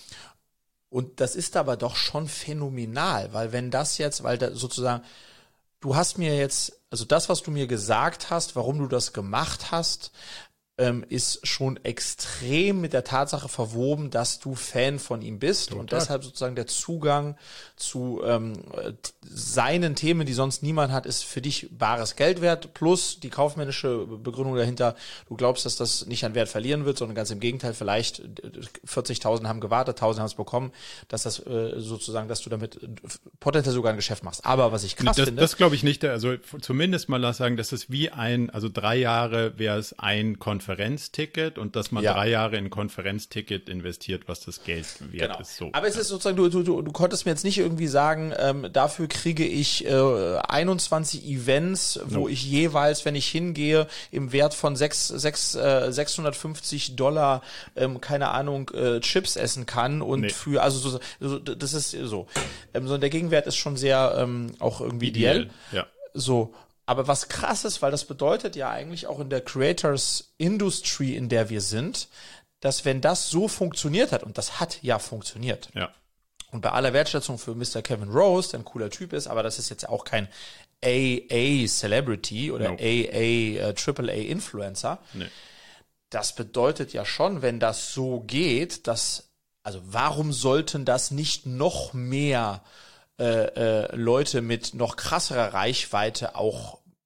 Und das ist aber doch schon phänomenal, weil sozusagen, du hast mir jetzt, also das, was du mir gesagt hast, warum du das gemacht hast, ist schon extrem mit der Tatsache verwoben, dass du Fan von ihm bist. Total. Und deshalb sozusagen der Zugang zu seinen Themen, die sonst niemand hat, ist für dich bares Geld wert, plus die kaufmännische Begründung dahinter. Du glaubst, dass das nicht an Wert verlieren wird, sondern ganz im Gegenteil, vielleicht 40.000 haben gewartet, 1.000 haben es bekommen, dass das sozusagen, dass du damit potenziell sogar ein Geschäft machst. Aber was ich krass finde... Das glaube ich nicht. Also zumindest mal sagen, das ist wie 3 Jahre wäre es ein Konferenzticket und dass man 3 Jahre in ein Konferenzticket investiert, was das Geld wert ist. So. Aber es ist sozusagen, du konntest mir jetzt nicht irgendwie sagen, dafür kriege ich 21 Events, wo ich jeweils, wenn ich hingehe, im Wert von $650 keine Ahnung, Chips essen kann und das ist so. Der Gegenwert ist schon sehr auch irgendwie ideell. Ja. So. Aber was krass ist, weil das bedeutet ja eigentlich auch in der Creators Industry, in der wir sind, dass wenn das so funktioniert hat, und das hat ja funktioniert. Ja. Und bei aller Wertschätzung für Mr. Kevin Rose, der ein cooler Typ ist, aber das ist jetzt auch kein AA-Celebrity oder AAA-Influencer. Nee. Das bedeutet ja schon, wenn das so geht, warum sollten das nicht noch mehr Leute mit noch krasserer Reichweite auch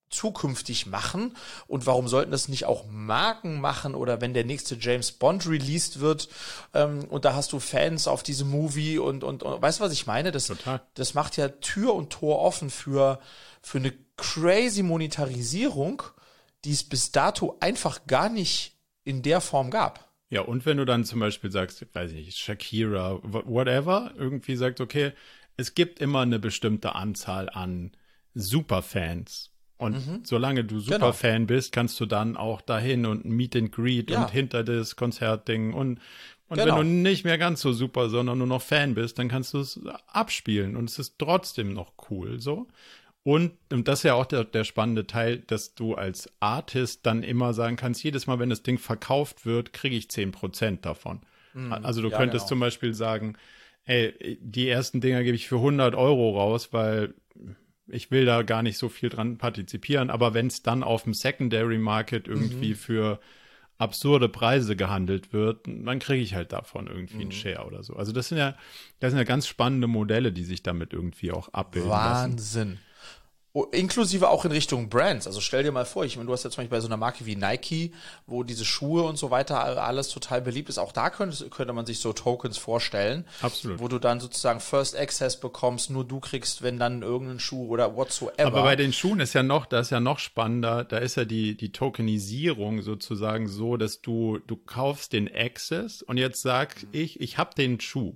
zukünftig machen und warum sollten das nicht auch Marken machen oder wenn der nächste James Bond released wird und da hast du Fans auf diesem Movie und weißt du, was ich meine? Das macht ja Tür und Tor offen für eine crazy Monetarisierung, die es bis dato einfach gar nicht in der Form gab. Ja, und wenn du dann zum Beispiel sagst, weiß ich nicht, Shakira, whatever, irgendwie sagt, okay, es gibt immer eine bestimmte Anzahl an Superfans. Und solange du Superfan bist, kannst du dann auch dahin und ein Meet and Greet und hinter das Konzertding und wenn du nicht mehr ganz so super, sondern nur noch Fan bist, dann kannst du es abspielen und es ist trotzdem noch cool, so. Und das ist ja auch der spannende Teil, dass du als Artist dann immer sagen kannst, jedes Mal, wenn das Ding verkauft wird, kriege ich 10% davon. Also du könntest zum Beispiel sagen, ey, die ersten Dinger gebe ich für 100 Euro raus, weil ich will da gar nicht so viel dran partizipieren, aber wenn es dann auf dem Secondary Market irgendwie für absurde Preise gehandelt wird, dann kriege ich halt davon irgendwie einen Share oder so. Also das sind ja ganz spannende Modelle, die sich damit irgendwie auch abbilden lassen. Wahnsinn. Inklusive auch in Richtung Brands. Also stell dir mal vor, ich meine, du hast ja zum Beispiel bei so einer Marke wie Nike, wo diese Schuhe und so weiter alles total beliebt ist. Auch da könnte man sich so Tokens vorstellen. Absolut. Wo du dann sozusagen First Access bekommst, nur du kriegst, wenn dann irgendein Schuh oder whatsoever. Aber bei den Schuhen ist ja noch spannender, da ist ja die Tokenisierung sozusagen so, dass du kaufst den Access und jetzt sag ich habe den Schuh.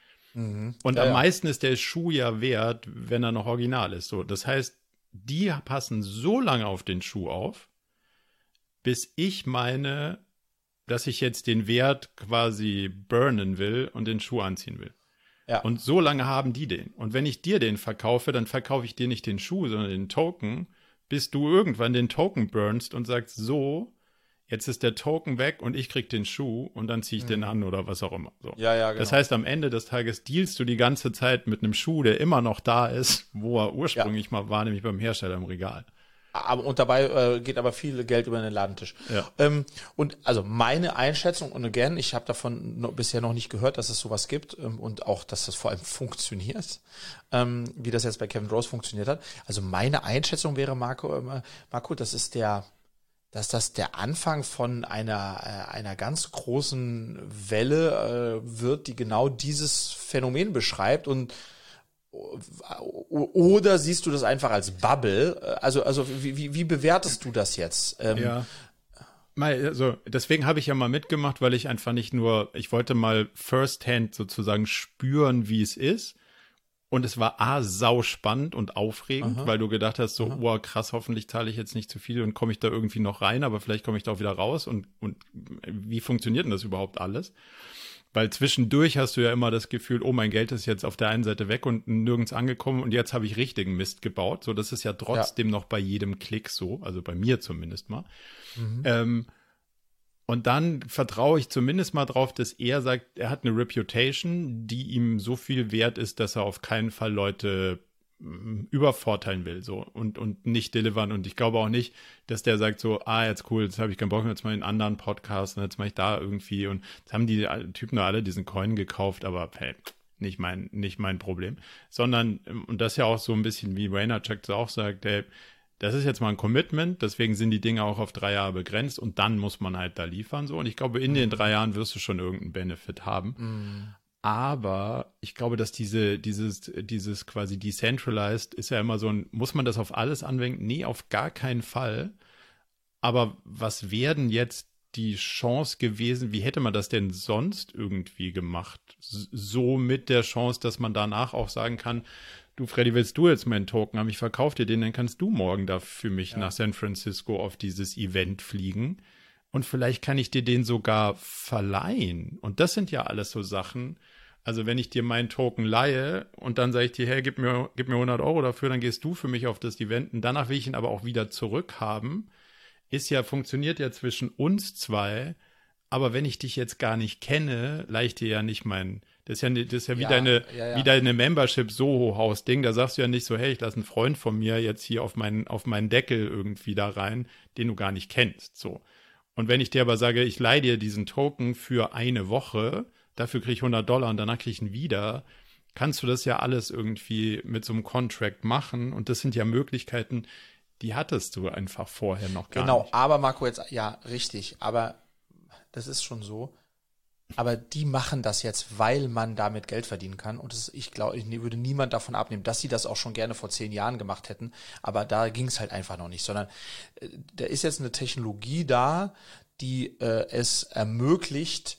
Und am meisten ist der Schuh ja wert, wenn er noch original ist. So, das heißt, die passen so lange auf den Schuh auf, bis ich meine, dass ich jetzt den Wert quasi burnen will und den Schuh anziehen will. Ja. Und so lange haben die den. Und wenn ich dir den verkaufe, dann verkaufe ich dir nicht den Schuh, sondern den Token, bis du irgendwann den Token burnst und sagst, so, jetzt ist der Token weg und ich krieg den Schuh und dann ziehe ich den an oder was auch immer. So. Ja, genau. Das heißt, am Ende des Tages dealst du die ganze Zeit mit einem Schuh, der immer noch da ist, wo er ursprünglich mal war, nämlich beim Hersteller im Regal. Und dabei geht aber viel Geld über den Ladentisch. Ja. Und also meine Einschätzung, und again, ich habe davon bisher noch nicht gehört, dass es sowas gibt und auch, dass das vor allem funktioniert, wie das jetzt bei Kevin Rose funktioniert hat. Also meine Einschätzung wäre, Marco, dass das der Anfang von einer ganz großen Welle wird, die genau dieses Phänomen beschreibt oder siehst du das einfach als Bubble? Also wie bewertest du das jetzt? Ja. Also deswegen habe ich ja mal mitgemacht, weil ich einfach ich wollte mal firsthand sozusagen spüren, wie es ist. Und es war sau spannend und aufregend, weil du gedacht hast, so, oh krass, hoffentlich zahle ich jetzt nicht zu viel und komme ich da irgendwie noch rein, aber vielleicht komme ich da auch wieder raus und wie funktioniert denn das überhaupt alles? Weil zwischendurch hast du ja immer das Gefühl, oh, mein Geld ist jetzt auf der einen Seite weg und nirgends angekommen und jetzt habe ich richtigen Mist gebaut. So, das ist ja trotzdem noch bei jedem Klick so, also bei mir zumindest mal. Und dann vertraue ich zumindest mal drauf, dass er sagt, er hat eine Reputation, die ihm so viel wert ist, dass er auf keinen Fall Leute übervorteilen will so und nicht delivern. Und ich glaube auch nicht, dass der sagt so, jetzt cool, jetzt habe ich keinen Bock mehr, jetzt mal in einen anderen Podcast und jetzt mache ich da irgendwie. Und jetzt haben die Typen da alle diesen Coin gekauft, aber hey, nicht mein Problem. Sondern, und das ja auch so ein bisschen wie Vaynerchuk auch sagt, ey, das ist jetzt mal ein Commitment, deswegen sind die Dinge auch auf 3 Jahre begrenzt und dann muss man halt da liefern so. Und ich glaube, in den 3 Jahren wirst du schon irgendeinen Benefit haben. Aber ich glaube, dass dieses quasi decentralized ist ja immer so muss man das auf alles anwenden? Nee, auf gar keinen Fall. Aber was wären jetzt die Chance gewesen, wie hätte man das denn sonst irgendwie gemacht? So mit der Chance, dass man danach auch sagen kann, du, Freddy, willst du jetzt meinen Token haben? Ich verkaufe dir den, dann kannst du morgen da für mich nach San Francisco auf dieses Event fliegen. Und vielleicht kann ich dir den sogar verleihen. Und das sind ja alles so Sachen. Also wenn ich dir meinen Token leihe und dann sage ich dir, hey, gib mir 100 Euro dafür, dann gehst du für mich auf das Event. Und danach will ich ihn aber auch wieder zurückhaben. Funktioniert ja zwischen uns zwei. Aber wenn ich dich jetzt gar nicht kenne, leihe ich dir ja nicht das ist ja wie deine Membership-Soho-Haus-Ding. Da sagst du ja nicht so, hey, ich lasse einen Freund von mir jetzt hier auf meinen Deckel irgendwie da rein, den du gar nicht kennst. So. Und wenn ich dir aber sage, ich leihe dir diesen Token für eine Woche, dafür kriege ich $100 und danach kriege ich ihn wieder, kannst du das ja alles irgendwie mit so einem Contract machen. Und das sind ja Möglichkeiten, die hattest du einfach vorher noch gar Genau, nicht. aber Marco, jetzt, ja, richtig, aber das ist schon so. Aber die machen das jetzt, weil man damit Geld verdienen kann. Und ich glaube, ich würde niemand davon abnehmen, dass sie das auch schon gerne vor 10 Jahren gemacht hätten. Aber da ging es halt einfach noch nicht, sondern da ist jetzt eine Technologie da, die es ermöglicht,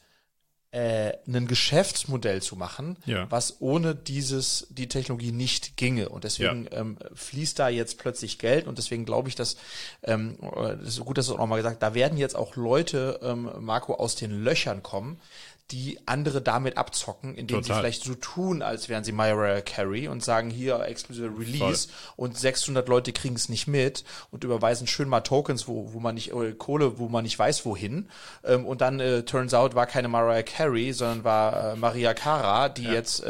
ein Geschäftsmodell zu machen, was ohne die Technologie nicht ginge. Und deswegen fließt da jetzt plötzlich Geld und deswegen glaube ich, dass das ist gut, dass du auch nochmal gesagt hast, da werden jetzt auch Leute, Marco, aus den Löchern kommen, die andere damit abzocken, indem sie vielleicht so tun, als wären sie Mariah Carey und sagen, hier, exclusive Release und 600 Leute kriegen es nicht mit und überweisen schön mal Tokens, wo man nicht, Kohle, wo man nicht weiß, wohin. Und dann, turns out, war keine Mariah Carey, sondern war Maria Cara, die jetzt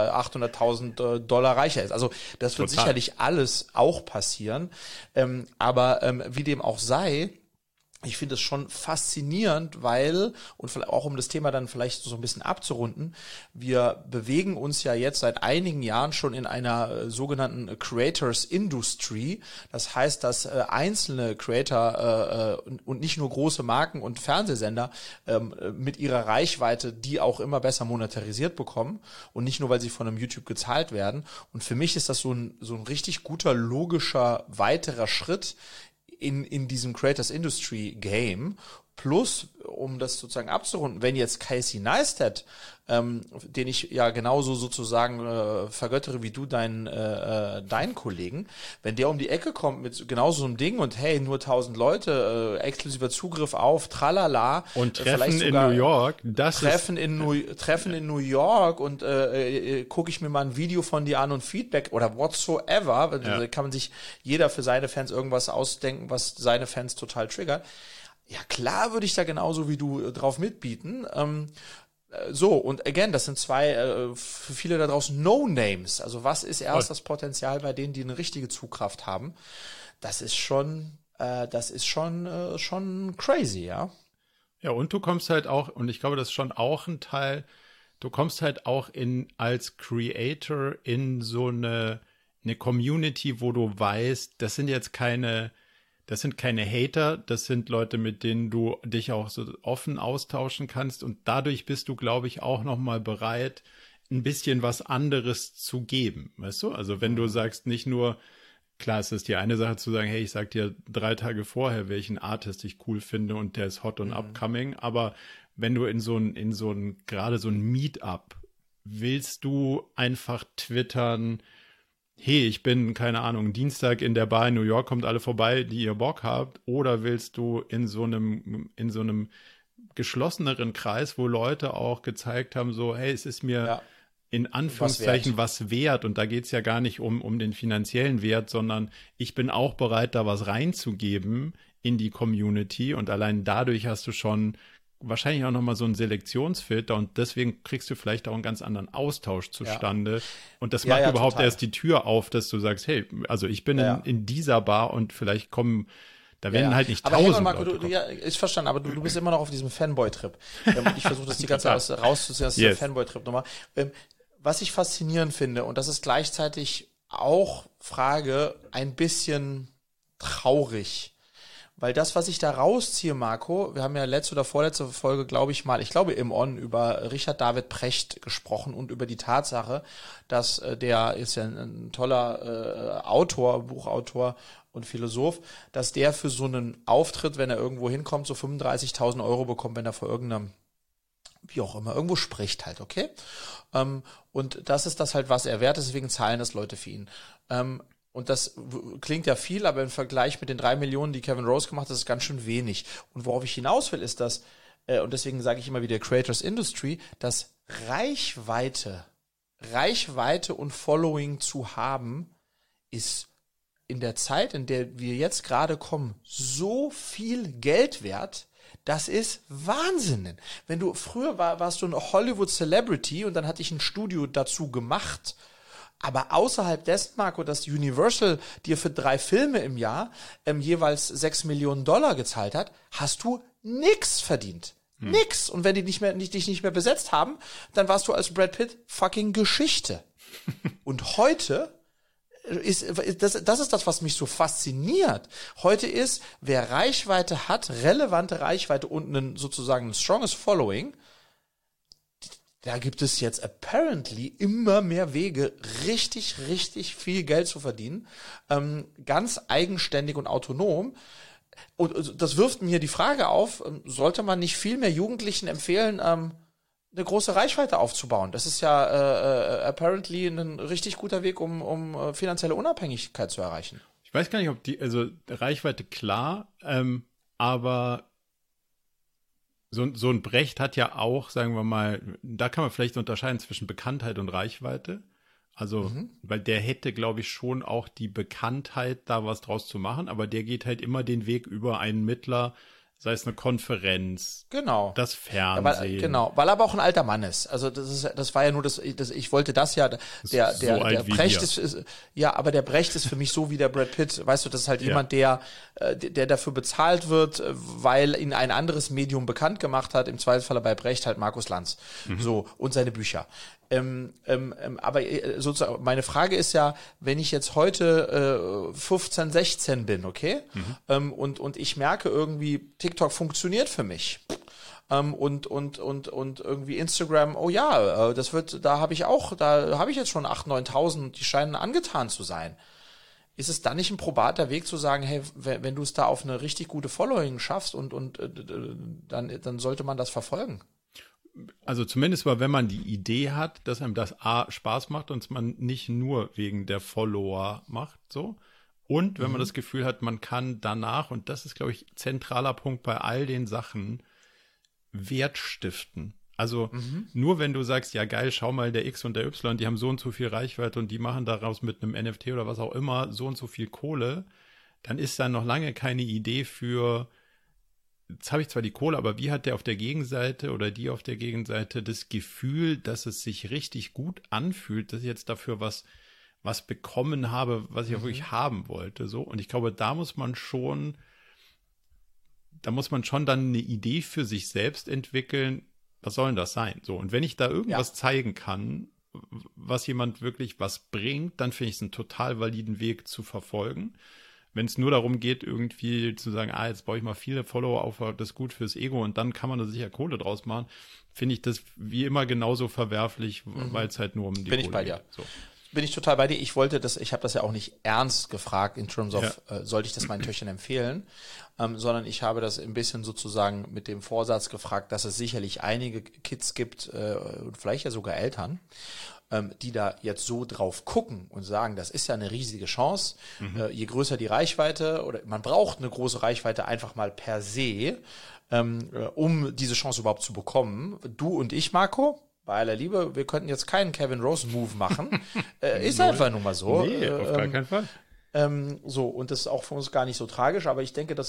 800.000 Dollar reicher ist. Also das wird sicherlich alles auch passieren. Aber wie dem auch sei, ich finde es schon faszinierend, weil, und auch um das Thema dann vielleicht so ein bisschen abzurunden, wir bewegen uns ja jetzt seit einigen Jahren schon in einer sogenannten Creators Industry. Das heißt, dass einzelne Creator und nicht nur große Marken und Fernsehsender mit ihrer Reichweite die auch immer besser monetarisiert bekommen und nicht nur, weil sie von einem YouTube gezahlt werden. Und für mich ist das so ein richtig guter, logischer, weiterer Schritt in diesem Creators Industry Game. Plus, um das sozusagen abzurunden, wenn jetzt Casey Neistat, den ich ja genauso sozusagen vergöttere wie du deinen Kollegen, wenn der um die Ecke kommt mit genauso einem Ding und hey, nur 1000 Leute, exklusiver Zugriff auf, tralala. Und Treffen in New York. Treffen in New York und gucke ich mir mal ein Video von dir an und Feedback oder whatsoever. Da kann man sich jeder für seine Fans irgendwas ausdenken, was seine Fans total triggert. Ja, klar würde ich da genauso wie du drauf mitbieten. So, und again, das sind zwei, für viele da draußen No-Names. Also was ist erst das Potenzial bei denen, die eine richtige Zugkraft haben? Das ist schon crazy, ja. Ja, und du kommst halt auch, und ich glaube, das ist schon auch ein Teil, du kommst halt auch als Creator in so eine Community, wo du weißt, das sind keine Hater, das sind Leute, mit denen du dich auch so offen austauschen kannst und dadurch bist du, glaube ich, auch nochmal bereit, ein bisschen was anderes zu geben, weißt du? Also wenn du sagst, nicht nur, klar, es ist die eine Sache zu sagen, hey, ich sag dir 3 Tage vorher, welchen Artist ich cool finde und der ist hot und upcoming, aber wenn du gerade so ein Meetup, willst du einfach twittern, hey, ich bin, keine Ahnung, Dienstag in der Bar in New York, kommt alle vorbei, die ihr Bock habt, oder willst du in so einem geschlosseneren Kreis, wo Leute auch gezeigt haben, so, hey, es ist mir in Anführungszeichen was wert und da geht's ja gar nicht um den finanziellen Wert, sondern ich bin auch bereit, da was reinzugeben in die Community und allein dadurch hast du schon wahrscheinlich auch nochmal so einen Selektionsfilter und deswegen kriegst du vielleicht auch einen ganz anderen Austausch zustande. Und das macht überhaupt total erst die Tür auf, dass du sagst, hey, also ich bin in dieser Bar und vielleicht kommen, da werden halt nicht 1000 Marco, Leute kommen. ist verstanden, aber du bist immer noch auf diesem Fanboy-Trip. Ich versuche das die ganze Zeit rauszuziehen, das ist der Fanboy-Trip nochmal. Was ich faszinierend finde, und das ist gleichzeitig auch Frage, ein bisschen traurig. Weil das, was ich da rausziehe, Marco, wir haben ja letzte oder vorletzte Folge, ich glaube im On, über Richard David Precht gesprochen und über die Tatsache, dass der ist ja ein toller Buchautor und Philosoph, dass der für so einen Auftritt, wenn er irgendwo hinkommt, so 35.000 Euro bekommt, wenn er vor irgendeinem, wie auch immer, irgendwo spricht halt, okay? Und das ist das halt, was er wert ist, deswegen zahlen das Leute für ihn. Und das klingt ja viel, aber im Vergleich mit den 3 Millionen, die Kevin Rose gemacht hat, ist es ganz schön wenig. Und worauf ich hinaus will, ist, dass, und deswegen sage ich immer wieder Creators Industry, dass Reichweite und Following zu haben, ist in der Zeit, in der wir jetzt gerade kommen, so viel Geld wert. Das ist Wahnsinn. Wenn du früher warst du ein Hollywood Celebrity und dann hatte ich ein Studio dazu gemacht. Aber außerhalb dessen, Marco, dass Universal dir für 3 Filme im Jahr jeweils 6 Millionen Dollar gezahlt hat, hast du nix verdient. Nix. Und wenn die dich nicht mehr besetzt haben, dann warst du als Brad Pitt fucking Geschichte. Und heute das ist das, was mich so fasziniert. Heute ist, wer Reichweite hat, relevante Reichweite und sozusagen ein stronges Following, da gibt es jetzt apparently immer mehr Wege, richtig, richtig viel Geld zu verdienen, ganz eigenständig und autonom. Und das wirft mir die Frage auf, sollte man nicht viel mehr Jugendlichen empfehlen, eine große Reichweite aufzubauen? Das ist ja apparently ein richtig guter Weg, um finanzielle Unabhängigkeit zu erreichen. Ich weiß gar nicht, ob also Reichweite klar, aber so ein Brecht hat ja auch, sagen wir mal, da kann man vielleicht unterscheiden zwischen Bekanntheit und Reichweite. Also, weil der hätte, glaube ich, schon auch die Bekanntheit, da was draus zu machen, aber der geht halt immer den Weg über einen Mittler, sei es eine Konferenz, genau, das Fernsehen. Weil er aber auch ein alter Mann ist. Also das war ja nur ich wollte das ja, der Brecht ist, ja, aber der Brecht ist für mich so wie der Brad Pitt. Weißt du, das ist halt jemand, der dafür bezahlt wird, weil ihn ein anderes Medium bekannt gemacht hat. Im Zweifelsfall bei Brecht halt Markus Lanz. So, und seine Bücher. Aber sozusagen, meine Frage ist ja, wenn ich jetzt heute 15, 16 bin, okay? Und ich merke irgendwie, TikTok funktioniert für mich. Und irgendwie Instagram, oh ja, da habe ich jetzt schon 8.000, 9.000, die scheinen angetan zu sein. Ist es dann nicht ein probater Weg zu sagen, hey, wenn du es da auf eine richtig gute Following schaffst dann sollte man das verfolgen? Also zumindest mal, wenn man die Idee hat, dass einem das A Spaß macht und man nicht nur wegen der Follower macht, so. Und wenn man das Gefühl hat, man kann danach, und das ist, glaube ich, zentraler Punkt bei all den Sachen, Wert stiften. Also nur wenn du sagst, ja geil, schau mal, der X und der Y, die haben so und so viel Reichweite und die machen daraus mit einem NFT oder was auch immer so und so viel Kohle, dann ist da noch lange keine Idee für, jetzt habe ich zwar die Kohle, aber wie hat der auf der Gegenseite oder die auf der Gegenseite das Gefühl, dass es sich richtig gut anfühlt, dass ich jetzt dafür was bekommen habe, was ich auch wirklich haben wollte, so. Und ich glaube, da muss man schon dann eine Idee für sich selbst entwickeln, was soll denn das sein? So. Und wenn ich da irgendwas zeigen kann, was jemand wirklich was bringt, dann finde ich es einen total validen Weg zu verfolgen. Wenn es nur darum geht, irgendwie zu sagen, jetzt baue ich mal viele Follower auf, das ist gut fürs Ego und dann kann man da sicher Kohle draus machen, finde ich das wie immer genauso verwerflich, weil es halt nur um die Kohle geht. Bin ich bei dir. So. Bin ich total bei dir. Ich habe das ja auch nicht ernst gefragt, in terms of, sollte ich das meinen Töchtern empfehlen, sondern ich habe das ein bisschen sozusagen mit dem Vorsatz gefragt, dass es sicherlich einige Kids gibt, und vielleicht ja sogar Eltern, die da jetzt so drauf gucken und sagen, das ist ja eine riesige Chance, je größer die Reichweite, oder man braucht eine große Reichweite einfach mal per se, um diese Chance überhaupt zu bekommen. Du und ich, Marco, bei aller Liebe, wir könnten jetzt keinen Kevin Rose Move machen. Ist einfach nun mal so. Nee, auf gar keinen Fall. So, und das ist auch für uns gar nicht so tragisch, aber ich denke,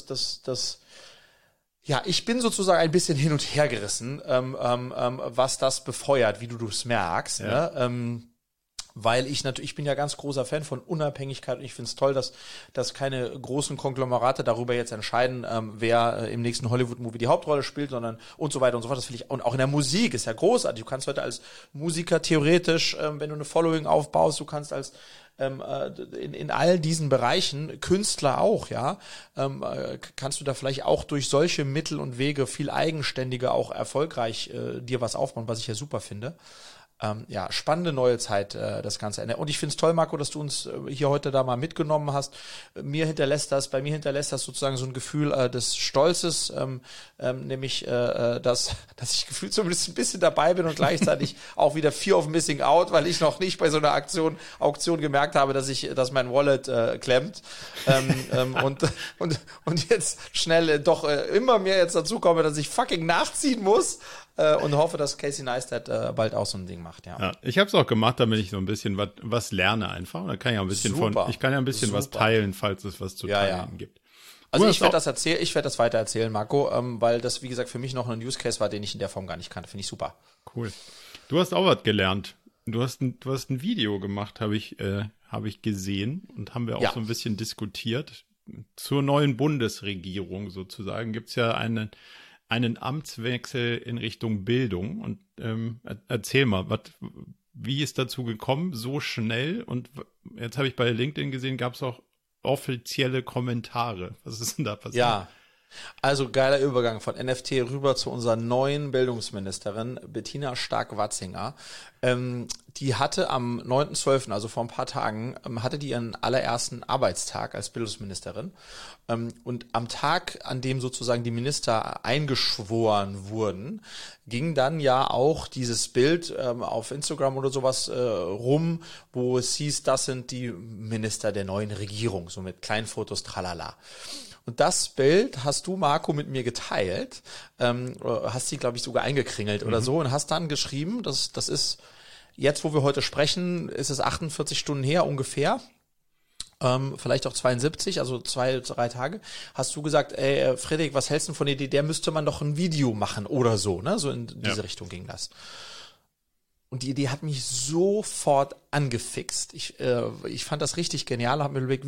ja, ich bin sozusagen ein bisschen hin und her gerissen, was das befeuert, wie du es merkst, ja. Ne? Weil ich bin ja ganz großer Fan von Unabhängigkeit und ich finde es toll, dass keine großen Konglomerate darüber jetzt entscheiden, wer im nächsten Hollywood-Movie die Hauptrolle spielt, sondern und so weiter und so fort. Das finde ich, und auch in der Musik ist ja großartig. Du kannst heute als Musiker theoretisch, wenn du eine Following aufbaust, du kannst als in all diesen Bereichen, Künstler auch, ja, kannst du da vielleicht auch durch solche Mittel und Wege viel eigenständiger auch erfolgreich dir was aufbauen, was ich ja super finde. Ja, spannende neue Zeit, das Ganze. Und ich finde es toll, Marco, dass du uns hier heute da mal mitgenommen hast. Bei mir hinterlässt das sozusagen so ein Gefühl des Stolzes, nämlich, dass ich gefühlt zumindest ein bisschen dabei bin und gleichzeitig auch wieder Fear of Missing Out, weil ich noch nicht bei so einer Auktion gemerkt habe, dass mein Wallet klemmt, und jetzt schnell doch immer mehr jetzt dazu komme, dass ich fucking nachziehen muss. Und hoffe, dass Casey Neistat bald auch so ein Ding macht, ja. Ich habe es auch gemacht, damit ich so ein bisschen was lerne einfach. Da kann ich ja ein bisschen was teilen, falls es was zu teilen gibt. Also ich werde das weiter erzählen, Marco, weil das, wie gesagt, für mich noch ein Use Case war, den ich in der Form gar nicht kannte. Finde ich super. Cool. Du hast auch was gelernt. Du hast ein Video gemacht, habe ich gesehen und haben wir auch so ein bisschen diskutiert. Zur neuen Bundesregierung sozusagen gibt's ja einen Amtswechsel in Richtung Bildung und erzähl mal, wie ist dazu gekommen, so schnell? Und jetzt habe ich bei LinkedIn gesehen, gab es auch offizielle Kommentare. Was ist denn da passiert? Ja, also geiler Übergang von NFT rüber zu unserer neuen Bildungsministerin Bettina Stark-Watzinger. Die hatte am 9.12., also vor ein paar Tagen, hatte die ihren allerersten Arbeitstag als Bildungsministerin. Und am Tag, an dem sozusagen die Minister eingeschworen wurden, ging dann ja auch dieses Bild auf Instagram oder sowas rum, wo es hieß, das sind die Minister der neuen Regierung, so mit kleinen Fotos, tralala. Und das Bild hast du, Marco, mit mir geteilt, hast sie, glaube ich, sogar eingekringelt oder so und hast dann geschrieben, das ist, jetzt wo wir heute sprechen, ist es 48 Stunden her ungefähr, vielleicht auch 72, also 2-3 Tage, hast du gesagt, ey, Friedrich, was hältst du von der Idee, der müsste man doch ein Video machen oder so, ne? So in diese Richtung ging das. Und die Idee hat mich sofort angefixt. Ich fand das richtig genial, habe mir überlegt,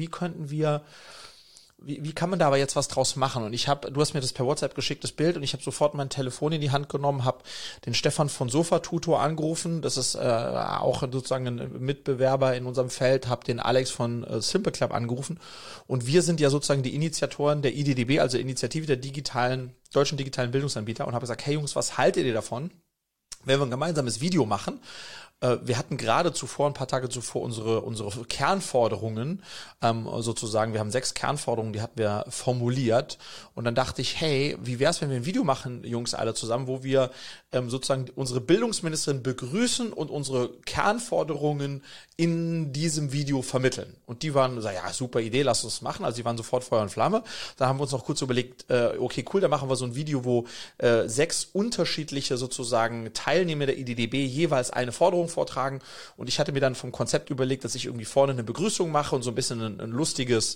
wie kann man da aber jetzt was draus machen? Und du hast mir das per WhatsApp geschickt, das Bild, und ich habe sofort mein Telefon in die Hand genommen, habe den Stefan von Sofa-Tutor angerufen, das ist auch sozusagen ein Mitbewerber in unserem Feld, habe den Alex von Simple Club angerufen, und wir sind ja sozusagen die Initiatoren der IDDB, also Initiative der deutschen digitalen Bildungsanbieter, und habe gesagt, hey Jungs, was haltet ihr davon, wenn wir ein gemeinsames Video machen? Wir hatten gerade zuvor, ein paar Tage zuvor, unsere Kernforderungen, sozusagen, wir haben 6 Kernforderungen, die hatten wir formuliert, und dann dachte ich, hey, wie wär's, wenn wir ein Video machen, Jungs, alle zusammen, wo wir sozusagen unsere Bildungsministerin begrüßen und unsere Kernforderungen in diesem Video vermitteln. Und die waren, ja, super Idee, lass uns machen, also die waren sofort Feuer und Flamme. Da haben wir uns noch kurz überlegt, okay, cool, dann machen wir so ein Video, wo 6 unterschiedliche sozusagen Teilnehmer der IDDB jeweils eine Forderung vortragen, und ich hatte mir dann vom Konzept überlegt, dass ich irgendwie vorne eine Begrüßung mache und so ein bisschen ein lustiges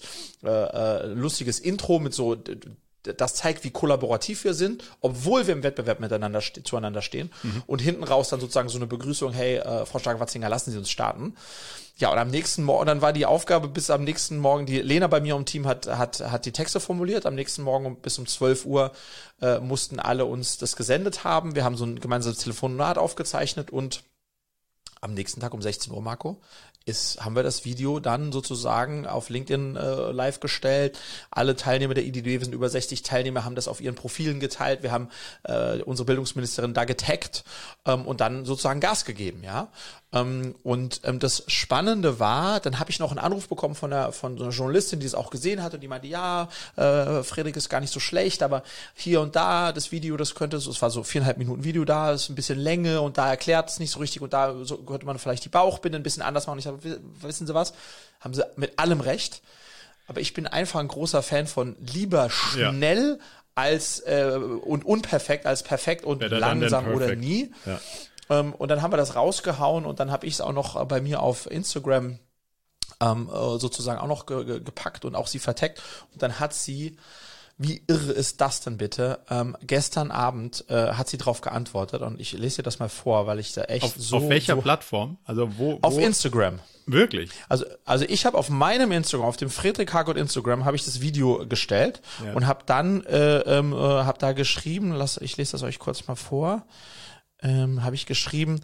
Intro mit so, das zeigt, wie kollaborativ wir sind, obwohl wir im Wettbewerb zueinander stehen, und hinten raus dann sozusagen so eine Begrüßung, hey, Frau Stark-Watzinger, lassen Sie uns starten. Ja, und am nächsten Morgen, dann war die Aufgabe bis am nächsten Morgen, die Lena bei mir im Team hat die Texte formuliert, am nächsten Morgen bis um 12 Uhr mussten alle uns das gesendet haben, wir haben so ein gemeinsames Telefonat aufgezeichnet, und am nächsten Tag um 16 Uhr, Marco, haben wir das Video dann sozusagen auf LinkedIn live gestellt. Alle Teilnehmer der IDDB, wir sind über 60 Teilnehmer, haben das auf ihren Profilen geteilt. Wir haben unsere Bildungsministerin da getaggt und dann sozusagen Gas gegeben, ja. Und das Spannende war, dann habe ich noch einen Anruf bekommen von einer Journalistin, die es auch gesehen hat, und die meinte, ja, Friedrich ist gar nicht so schlecht, aber hier und da das Video, das könnte, es war so 4,5 Minuten Video da, ist ein bisschen Länge, und da erklärt es nicht so richtig, und da könnte man vielleicht die Bauchbinde ein bisschen anders machen. Ich sage, wissen Sie was? Haben Sie mit allem recht, aber ich bin einfach ein großer Fan von lieber schnell als und unperfekt als perfekt und langsam oder nie. Ja. Und dann haben wir das rausgehauen, und dann habe ich es auch noch bei mir auf Instagram sozusagen auch noch gepackt und auch sie vertaggt. Und dann hat sie, wie irre ist das denn bitte, gestern Abend hat sie drauf geantwortet, und ich lese dir das mal vor, weil ich da echt Auf welcher Plattform? Also wo? Auf Instagram. Wirklich? Also ich habe auf meinem Instagram, auf dem Friedrich Harkott Instagram, habe ich das Video gestellt und habe dann hab da geschrieben, ich lese das euch kurz mal vor, habe ich geschrieben,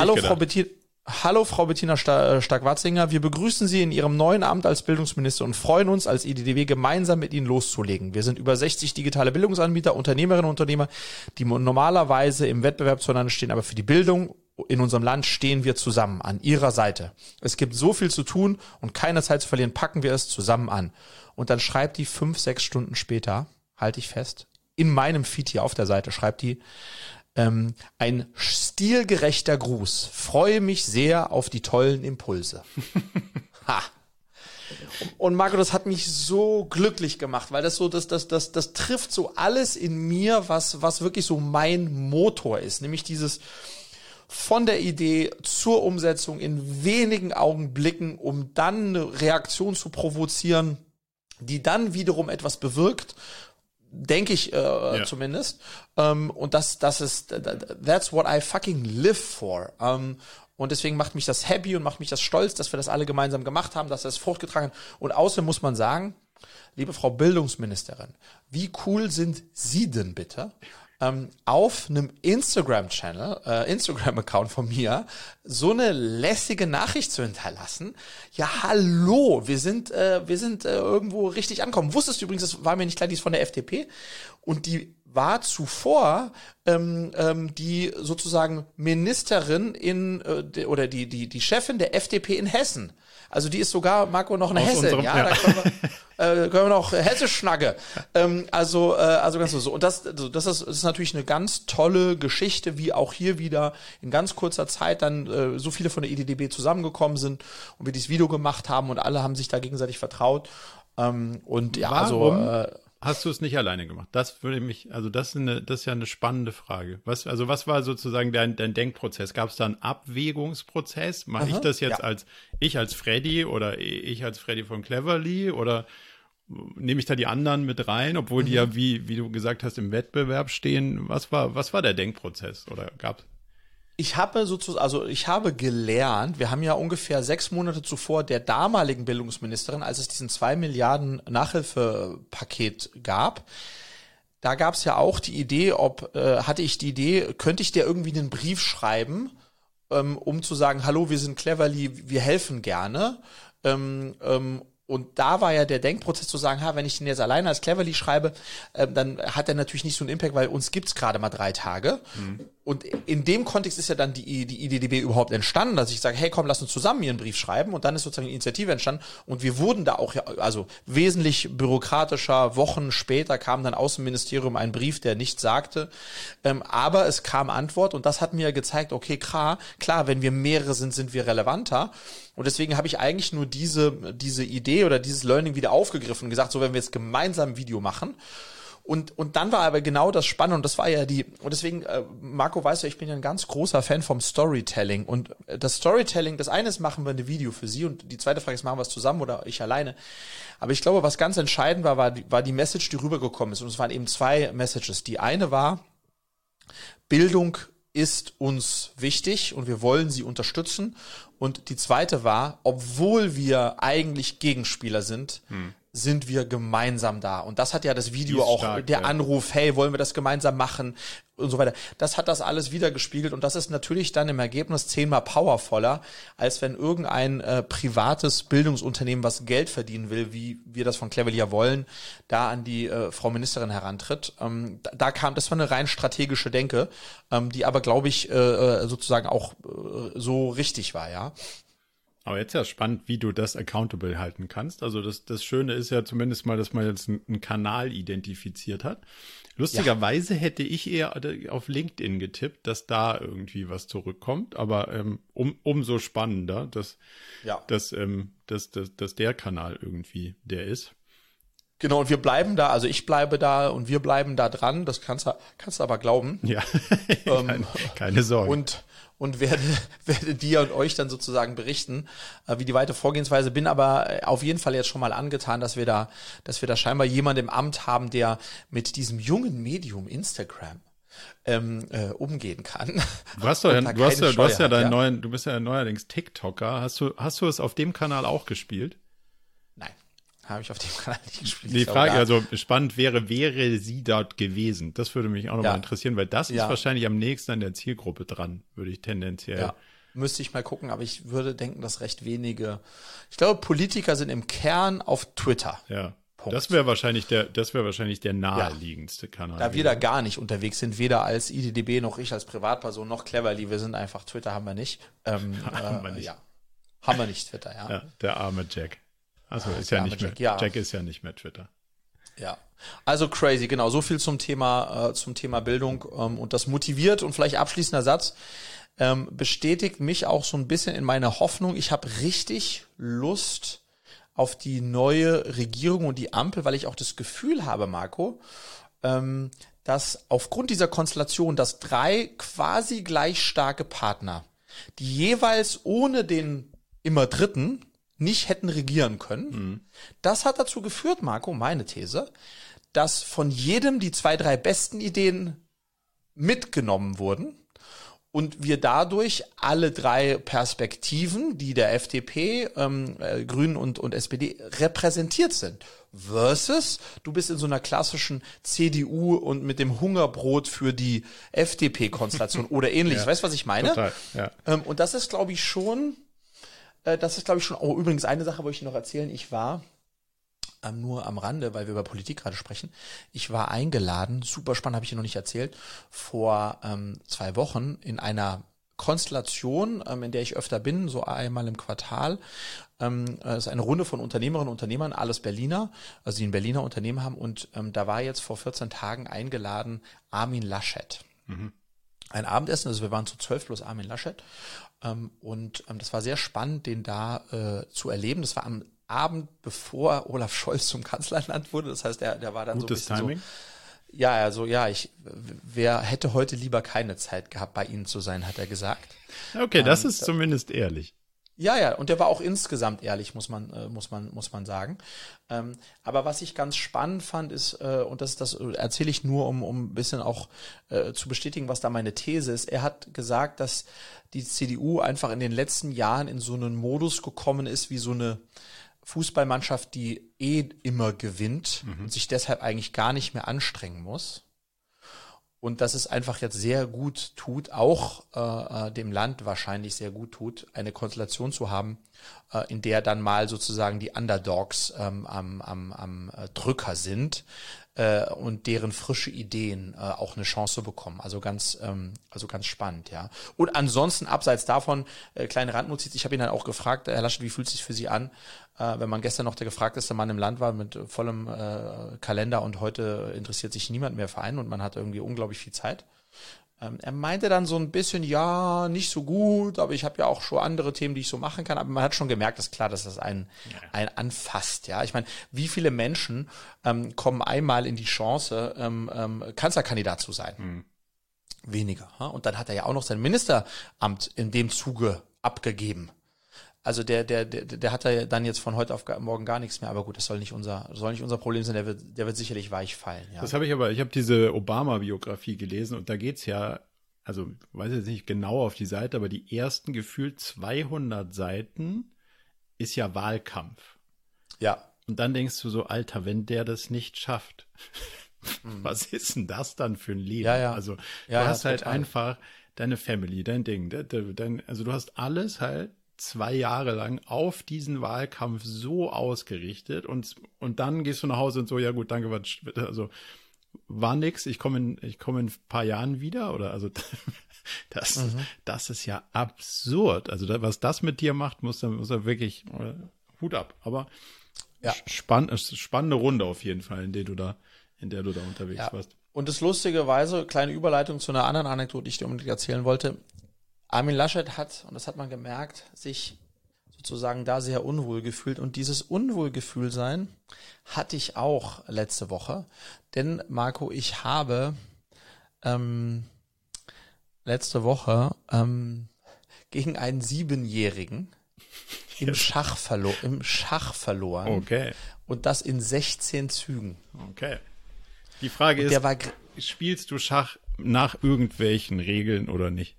Hallo Frau Bettina Stark-Watzinger, wir begrüßen Sie in Ihrem neuen Amt als Bildungsminister und freuen uns, als IDDB gemeinsam mit Ihnen loszulegen. Wir sind über 60 digitale Bildungsanbieter, Unternehmerinnen und Unternehmer, die normalerweise im Wettbewerb zueinander stehen, aber für die Bildung in unserem Land stehen wir zusammen an Ihrer Seite. Es gibt so viel zu tun und keine Zeit zu verlieren, packen wir es zusammen an. Und dann schreibt die 5-6 Stunden später, halte ich fest, in meinem Feed hier auf der Seite, schreibt die, ein stilgerechter Gruß. Freue mich sehr auf die tollen Impulse. Ha. Und Marco, das hat mich so glücklich gemacht, weil das trifft so alles in mir, was wirklich so mein Motor ist, nämlich dieses von der Idee zur Umsetzung in wenigen Augenblicken, um dann eine Reaktion zu provozieren, die dann wiederum etwas bewirkt, denke ich zumindest. Und that's what I fucking live for. Und deswegen macht mich das happy und macht mich das stolz, dass wir das alle gemeinsam gemacht haben, dass wir es Frucht getragen haben. Und außerdem muss man sagen, liebe Frau Bildungsministerin, wie cool sind Sie denn bitte, auf einem Instagram-Account von mir so eine lässige Nachricht zu hinterlassen. Ja, hallo, wir sind irgendwo richtig angekommen. Wusstest du übrigens, das war mir nicht klar, die ist von der FDP und die war zuvor die sozusagen Ministerin oder die Chefin der FDP in Hessen. Also die ist sogar, Marco, noch eine Hessin, ja? Da können wir noch Hessisch schnacke. Also ganz so. Und das ist natürlich eine ganz tolle Geschichte, wie auch hier wieder in ganz kurzer Zeit dann so viele von der IDDB zusammengekommen sind und wir dieses Video gemacht haben und alle haben sich da gegenseitig vertraut. Und ja, Warum hast du es nicht alleine gemacht? Das würde mich, also das ist ja eine spannende Frage. Was war sozusagen dein Denkprozess? Gab es da einen Abwägungsprozess? Mache ich das jetzt als Freddy oder ich als Freddy von Cleverly oder nehme ich da die anderen mit rein, obwohl die ja, wie du gesagt hast, im Wettbewerb stehen? Was war der Denkprozess oder gab's? Ich habe gelernt, wir haben ja ungefähr 6 Monate zuvor der damaligen Bildungsministerin, als es diesen 2 Milliarden Nachhilfepaket gab, da gab es ja auch die Idee, könnte ich dir irgendwie einen Brief schreiben, um zu sagen, hallo, wir sind Cleverly, wir helfen gerne. Und da war ja der Denkprozess zu sagen, wenn ich den jetzt alleine als Cleverly schreibe, dann hat er natürlich nicht so einen Impact, weil uns gibt's gerade mal 3 Tage. Und in dem Kontext ist ja dann die IDDB überhaupt entstanden, dass ich sage, hey, komm, lass uns zusammen hier einen Brief schreiben. Und dann ist sozusagen die Initiative entstanden. Und wir wurden da auch, also wesentlich bürokratischer, Wochen später kam dann aus dem Ministerium ein Brief, der nichts sagte. Aber es kam Antwort und das hat mir gezeigt, okay, klar, wenn wir mehrere sind wir relevanter. Und deswegen habe ich eigentlich nur diese Idee oder dieses Learning wieder aufgegriffen und gesagt, so, wenn wir jetzt gemeinsam ein Video machen. Und dann war aber genau das Spannende und das war ja und deswegen, Marco, weißt du, ich bin ja ein ganz großer Fan vom Storytelling und das Storytelling, das eine ist, machen wir ein Video für Sie und die zweite Frage ist, machen wir es zusammen oder ich alleine. Aber ich glaube, was ganz entscheidend war die Message, die rübergekommen ist und es waren eben 2 Messages. Die eine war, Bildung ist uns wichtig und wir wollen sie unterstützen. Und die zweite war, obwohl wir eigentlich Gegenspieler sind, sind wir gemeinsam da. Und das hat ja das Video auch, stark, der Anruf, hey, wollen wir das gemeinsam machen und so weiter. Das hat das alles wiedergespiegelt und das ist natürlich dann im Ergebnis 10-mal powervoller, als wenn irgendein privates Bildungsunternehmen, was Geld verdienen will, wie wir das von Cleverly ja wollen, da an die Frau Ministerin herantritt. Das war eine rein strategische Denke, die aber, glaube ich, sozusagen auch so richtig war, ja. Aber jetzt ja spannend, wie du das accountable halten kannst. Also das Schöne ist ja zumindest mal, dass man jetzt einen Kanal identifiziert hat. Lustigerweise hätte ich eher auf LinkedIn getippt, dass da irgendwie was zurückkommt. Aber umso spannender, dass der Kanal irgendwie der ist. Genau, und wir bleiben da, also ich bleibe da und wir bleiben da dran. Das kannst du aber glauben. Ja, keine Sorge. Und werde dir und euch dann sozusagen berichten, wie die weitere Vorgehensweise. Bin aber auf jeden Fall jetzt schon mal angetan, dass wir da scheinbar jemand im Amt haben, der mit diesem jungen Medium Instagram umgehen kann. Du bist ja neuerdings TikToker. Hast du es auf dem Kanal auch gespielt? Nein. Habe ich auf dem Kanal nicht gespielt. Die Frage, also spannend wäre sie dort gewesen? Das würde mich auch nochmal interessieren, weil das ist wahrscheinlich am nächsten an der Zielgruppe dran, würde ich tendenziell. Ja, müsste ich mal gucken, aber ich würde denken, dass recht wenige, ich glaube, Politiker sind im Kern auf Twitter. Ja. Punkt. Das wäre wahrscheinlich der naheliegendste Kanal. Da wir da gar nicht unterwegs sind, weder als IDDB noch ich als Privatperson noch Cleverly, wir sind einfach, Twitter haben wir nicht. Haben wir nicht. Ja. Haben wir nicht Twitter, ja. Der arme Jack. Also ist ja nicht mehr. Jack ist ja nicht mehr Twitter. Ja, also crazy, genau. So viel zum Thema Bildung und das motiviert und vielleicht abschließender Satz bestätigt mich auch so ein bisschen in meiner Hoffnung. Ich habe richtig Lust auf die neue Regierung und die Ampel, weil ich auch das Gefühl habe, Marco, dass aufgrund dieser Konstellation, dass 3 quasi gleich starke Partner, die jeweils ohne den immer Dritten nicht hätten regieren können. Das hat dazu geführt, Marco, meine These, dass von jedem die 2, 3 besten Ideen mitgenommen wurden und wir dadurch alle drei Perspektiven, die der FDP, Grünen und SPD repräsentiert sind. Versus, du bist in so einer klassischen CDU und mit dem Hungerbrot für die FDP-Konstellation oder ähnliches. Ja, weißt du, was ich meine? Total, ja. Und das ist, glaube ich, schon, oh, übrigens eine Sache wollte ich noch erzählen. Ich war nur am Rande, weil wir über Politik gerade sprechen. Ich war eingeladen, super spannend, habe ich dir noch nicht erzählt, vor 2 Wochen in einer Konstellation, in der ich öfter bin, so einmal im Quartal. Es ist eine Runde von Unternehmerinnen und Unternehmern, alles Berliner, also die ein Berliner Unternehmen haben. Und da war jetzt vor 14 Tagen eingeladen Armin Laschet. Ein Abendessen, also wir waren zu 12 plus Armin Laschet. Und das war sehr spannend, den da zu erleben. Das war am Abend, bevor Olaf Scholz zum Kanzler ernannt wurde. Das heißt, der war dann Gutes so ein bisschen Timing. so. Ja, also ja, wer hätte heute lieber keine Zeit gehabt, bei Ihnen zu sein, hat er gesagt. Okay, das ist zumindest ehrlich. Ja, und der war auch insgesamt ehrlich, muss man sagen. Aber was ich ganz spannend fand, ist, und das erzähle ich nur, um ein bisschen auch zu bestätigen, was da meine These ist. Er hat gesagt, dass die CDU einfach in den letzten Jahren in so einen Modus gekommen ist, wie so eine Fußballmannschaft, die immer gewinnt und sich deshalb eigentlich gar nicht mehr anstrengen muss. Und dass es einfach jetzt sehr gut tut, auch dem Land wahrscheinlich sehr gut tut, eine Konstellation zu haben, in der dann mal sozusagen die Underdogs am Drücker sind und deren frische Ideen auch eine Chance bekommen. Also ganz spannend, ja. Und ansonsten, abseits davon, kleine Randnotiz, ich habe ihn dann auch gefragt, Herr Laschet, wie fühlt es sich für Sie an, wenn man gestern noch der gefragteste Mann im Land war mit vollem Kalender und heute interessiert sich niemand mehr für einen und man hat irgendwie unglaublich viel Zeit. Er meinte dann so ein bisschen, ja, nicht so gut, aber ich habe ja auch schon andere Themen, die ich so machen kann. Aber man hat schon gemerkt, dass klar, dass das einen anfasst. Ja, ich meine, wie viele Menschen kommen einmal in die Chance, Kanzlerkandidat zu sein? Weniger. Ja? Und dann hat er ja auch noch sein Ministeramt in dem Zuge abgegeben. Also der hat ja dann jetzt von heute auf morgen gar nichts mehr. Aber gut, das soll nicht unser Problem sein. Der wird sicherlich weich fallen. Ja. Das habe ich habe diese Obama-Biografie gelesen und da geht's ja, also weiß jetzt nicht genau auf die Seite, aber die ersten gefühlt 200 Seiten ist ja Wahlkampf. Ja. Und dann denkst du so, Alter, wenn der das nicht schafft, was ist denn das dann für ein Leben? Ja. Also du Ja, hast halt total. einfach deine Family, dein Ding, also du hast alles halt 2 Jahre lang auf diesen Wahlkampf so ausgerichtet und dann gehst du nach Hause und so, ja gut, danke, also war nix, ich komme in ein paar Jahren wieder oder also das ist ja absurd. Also was das mit dir macht, muss er wirklich Hut ab. Aber Ja. spannende Runde auf jeden Fall, in der du da unterwegs warst. Und das lustigerweise, kleine Überleitung zu einer anderen Anekdote, die ich dir unbedingt erzählen wollte. Armin Laschet hat, und das hat man gemerkt, sich sozusagen da sehr unwohl gefühlt. Und dieses Unwohlgefühlsein hatte ich auch letzte Woche. Denn, Marco, ich habe letzte Woche gegen einen 7-Jährigen im Schach verloren. Okay. Und das in 16 Zügen. Okay. Die Frage ist, spielst du Schach nach irgendwelchen Regeln oder nicht?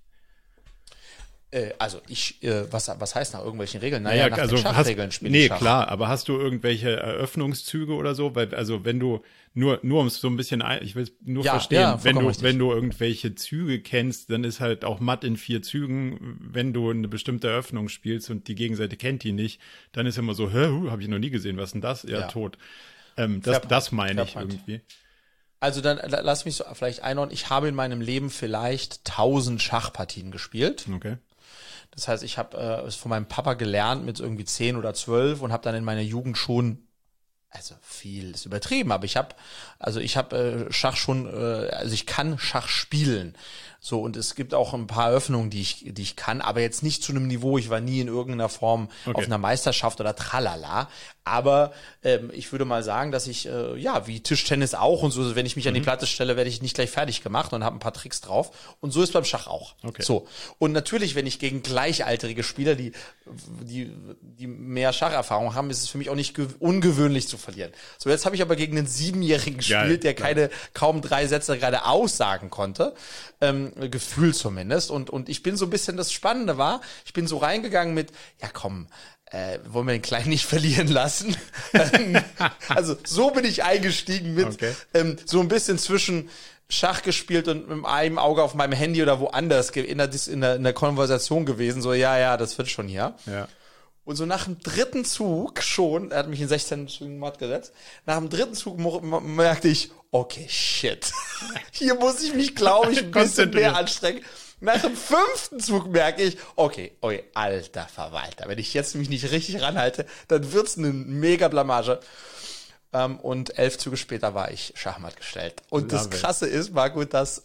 Also was heißt nach irgendwelchen Regeln? Naja, nach also den Schachregeln spiele ich Schach. Klar, aber hast du irgendwelche Eröffnungszüge oder so? Weil, also wenn du, nur um es so ein bisschen, ich will es nur verstehen, wenn du irgendwelche Züge kennst, dann ist halt auch Matt in 4 Zügen, wenn du eine bestimmte Eröffnung spielst und die Gegenseite kennt die nicht, dann ist immer so, habe ich noch nie gesehen, was denn das? Ja, tot. Das meine ich irgendwie. Also dann lass mich so vielleicht einordnen, ich habe in meinem Leben vielleicht 1000 Schachpartien gespielt. Okay. Das heißt, ich habe es von meinem Papa gelernt mit irgendwie 10 oder 12 und habe dann in meiner Jugend schon, also viel ist übertrieben, aber ich habe Schach schon, also ich kann Schach spielen. So, und es gibt auch ein paar Eröffnungen, die ich kann, aber jetzt nicht zu einem Niveau, ich war nie in irgendeiner Form auf einer Meisterschaft oder tralala, aber ich würde mal sagen, dass ich, wie Tischtennis auch und so, wenn ich mich an die Platte stelle, werde ich nicht gleich fertig gemacht und habe ein paar Tricks drauf und so ist beim Schach auch. Okay. So, und natürlich, wenn ich gegen gleichaltrige Spieler, die mehr Schacherfahrung haben, ist es für mich auch nicht ungewöhnlich zu zu verlieren. So, jetzt habe ich aber gegen einen 7-Jährigen gespielt, der kaum 3 Sätze gerade aussagen konnte, Gefühl zumindest. Und ich bin so ein bisschen, das Spannende war, ich bin so reingegangen mit, ja komm, wollen wir den Kleinen nicht verlieren lassen? Also so bin ich eingestiegen mit so ein bisschen zwischen Schach gespielt und mit einem Auge auf meinem Handy oder woanders in der Konversation gewesen. So, ja, das wird schon hier. Ja. Und so nach dem 3. Zug schon, er hat mich in 16 Zügen matt gesetzt, nach dem 3. Zug merkte ich, okay, shit. Hier muss ich mich, glaube ich, ein bisschen mehr anstrengen. Nach dem 5. Zug merke ich, okay, alter Verwalter, wenn ich jetzt mich nicht richtig ranhalte, dann wird's eine mega Blamage. Und 11 Züge später war ich schachmatt gestellt. Und das Krasse ist, Marco, dass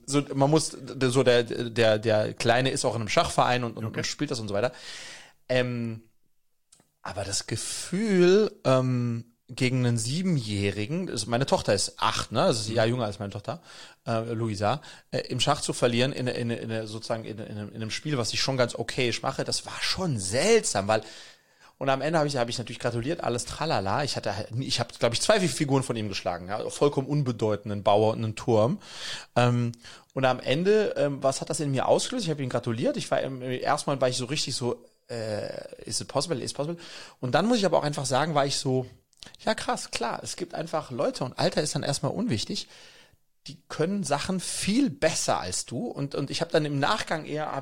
der Kleine ist auch in einem Schachverein und spielt das und so weiter. Aber das Gefühl, gegen einen 7-Jährigen, meine Tochter ist 8, ne, das ist ein Jahr jünger als meine Tochter, Luisa, im Schach zu verlieren in einem Spiel, was ich schon ganz okayisch mache, das war schon seltsam, weil und am Ende habe ich natürlich gratuliert, alles tralala. Ich habe, glaube ich, 2 Figuren von ihm geschlagen, ja, vollkommen unbedeutenden Bauer und einen Turm. Und am Ende, was hat das in mir ausgelöst? Ich habe ihn gratuliert. Erstmal war ich so richtig so, is it possible? Und dann muss ich aber auch einfach sagen, war ich so, ja krass, klar, es gibt einfach Leute und Alter ist dann erstmal unwichtig. Die können Sachen viel besser als du. Und ich habe dann im Nachgang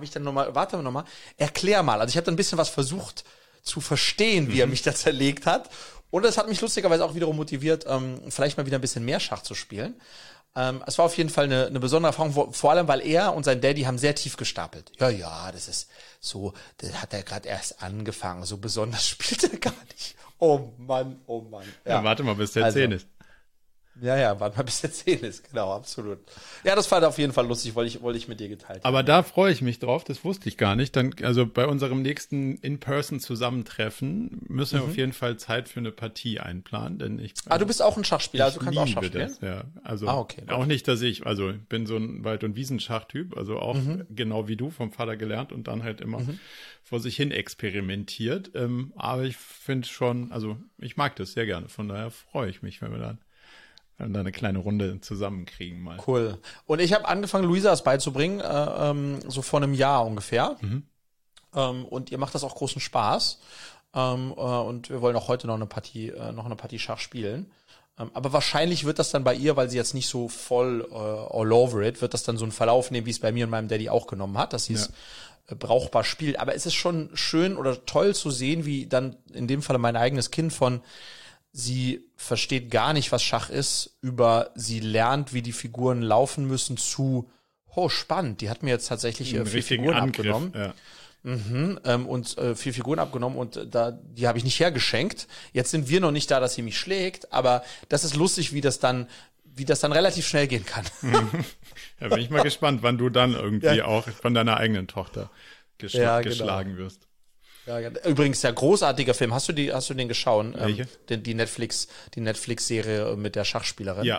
erklär mal. Also ich habe dann ein bisschen was versucht zu verstehen, wie er mich da zerlegt hat. Und es hat mich lustigerweise auch wiederum motiviert, vielleicht mal wieder ein bisschen mehr Schach zu spielen. Es war auf jeden Fall eine besondere Erfahrung, vor allem, weil er und sein Daddy haben sehr tief gestapelt. Ja, das ist so, das hat er gerade erst angefangen, so besonders spielt er gar nicht. Oh Mann. Ja, warte mal, bis der 10 ist. Ja, warte mal, bis der 10 ist, genau, absolut. Ja, das war auf jeden Fall lustig, wollte ich mit dir geteilt haben. Aber da freue ich mich drauf, das wusste ich gar nicht. Also bei unserem nächsten In-Person-Zusammentreffen müssen wir auf jeden Fall Zeit für eine Partie einplanen, denn du bist auch ein Schachspieler, also du kannst auch Schach spielen? Das, ja. Also auch nicht, dass ich bin so ein Wald- und Wiesenschachtyp, also auch genau wie du vom Vater gelernt und dann halt immer vor sich hin experimentiert. Aber ich finde schon, also ich mag das sehr gerne, von daher freue ich mich, wenn wir dann eine kleine Runde zusammenkriegen mal. Cool. Und ich habe angefangen, Luisa es beizubringen, so vor einem Jahr ungefähr. Und ihr macht das auch großen Spaß. Und wir wollen auch heute noch eine Partie Schach spielen. Aber wahrscheinlich wird das dann bei ihr, weil sie jetzt nicht so voll all over it, wird das dann so einen Verlauf nehmen, wie es bei mir und meinem Daddy auch genommen hat, dass sie es brauchbar spielt. Aber es ist schon schön oder toll zu sehen, wie dann in dem Falle mein eigenes Kind sie versteht gar nicht, was Schach ist, sie lernt, wie die Figuren laufen müssen, spannend. Die hat mir jetzt tatsächlich 4 Figuren abgenommen. Ja. Und 4 Figuren abgenommen und die habe ich nicht hergeschenkt. Jetzt sind wir noch nicht da, dass sie mich schlägt, aber das ist lustig, wie das dann relativ schnell gehen kann. Ja, bin ich mal gespannt, wann du dann irgendwie auch von deiner eigenen Tochter geschlagen wirst. Ja, übrigens, der großartiger Film. Hast du den geschaut? Welche? Die Netflix-Serie mit der Schachspielerin. Ja,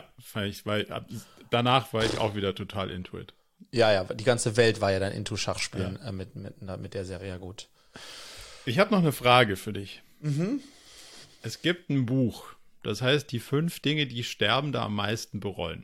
danach war ich auch wieder total into it. Ja, die ganze Welt war ja dann into Schachspielen mit der Serie, ja gut. Ich habe noch eine Frage für dich. Es gibt ein Buch, das heißt die 5 Dinge, die Sterbende am meisten bereuen.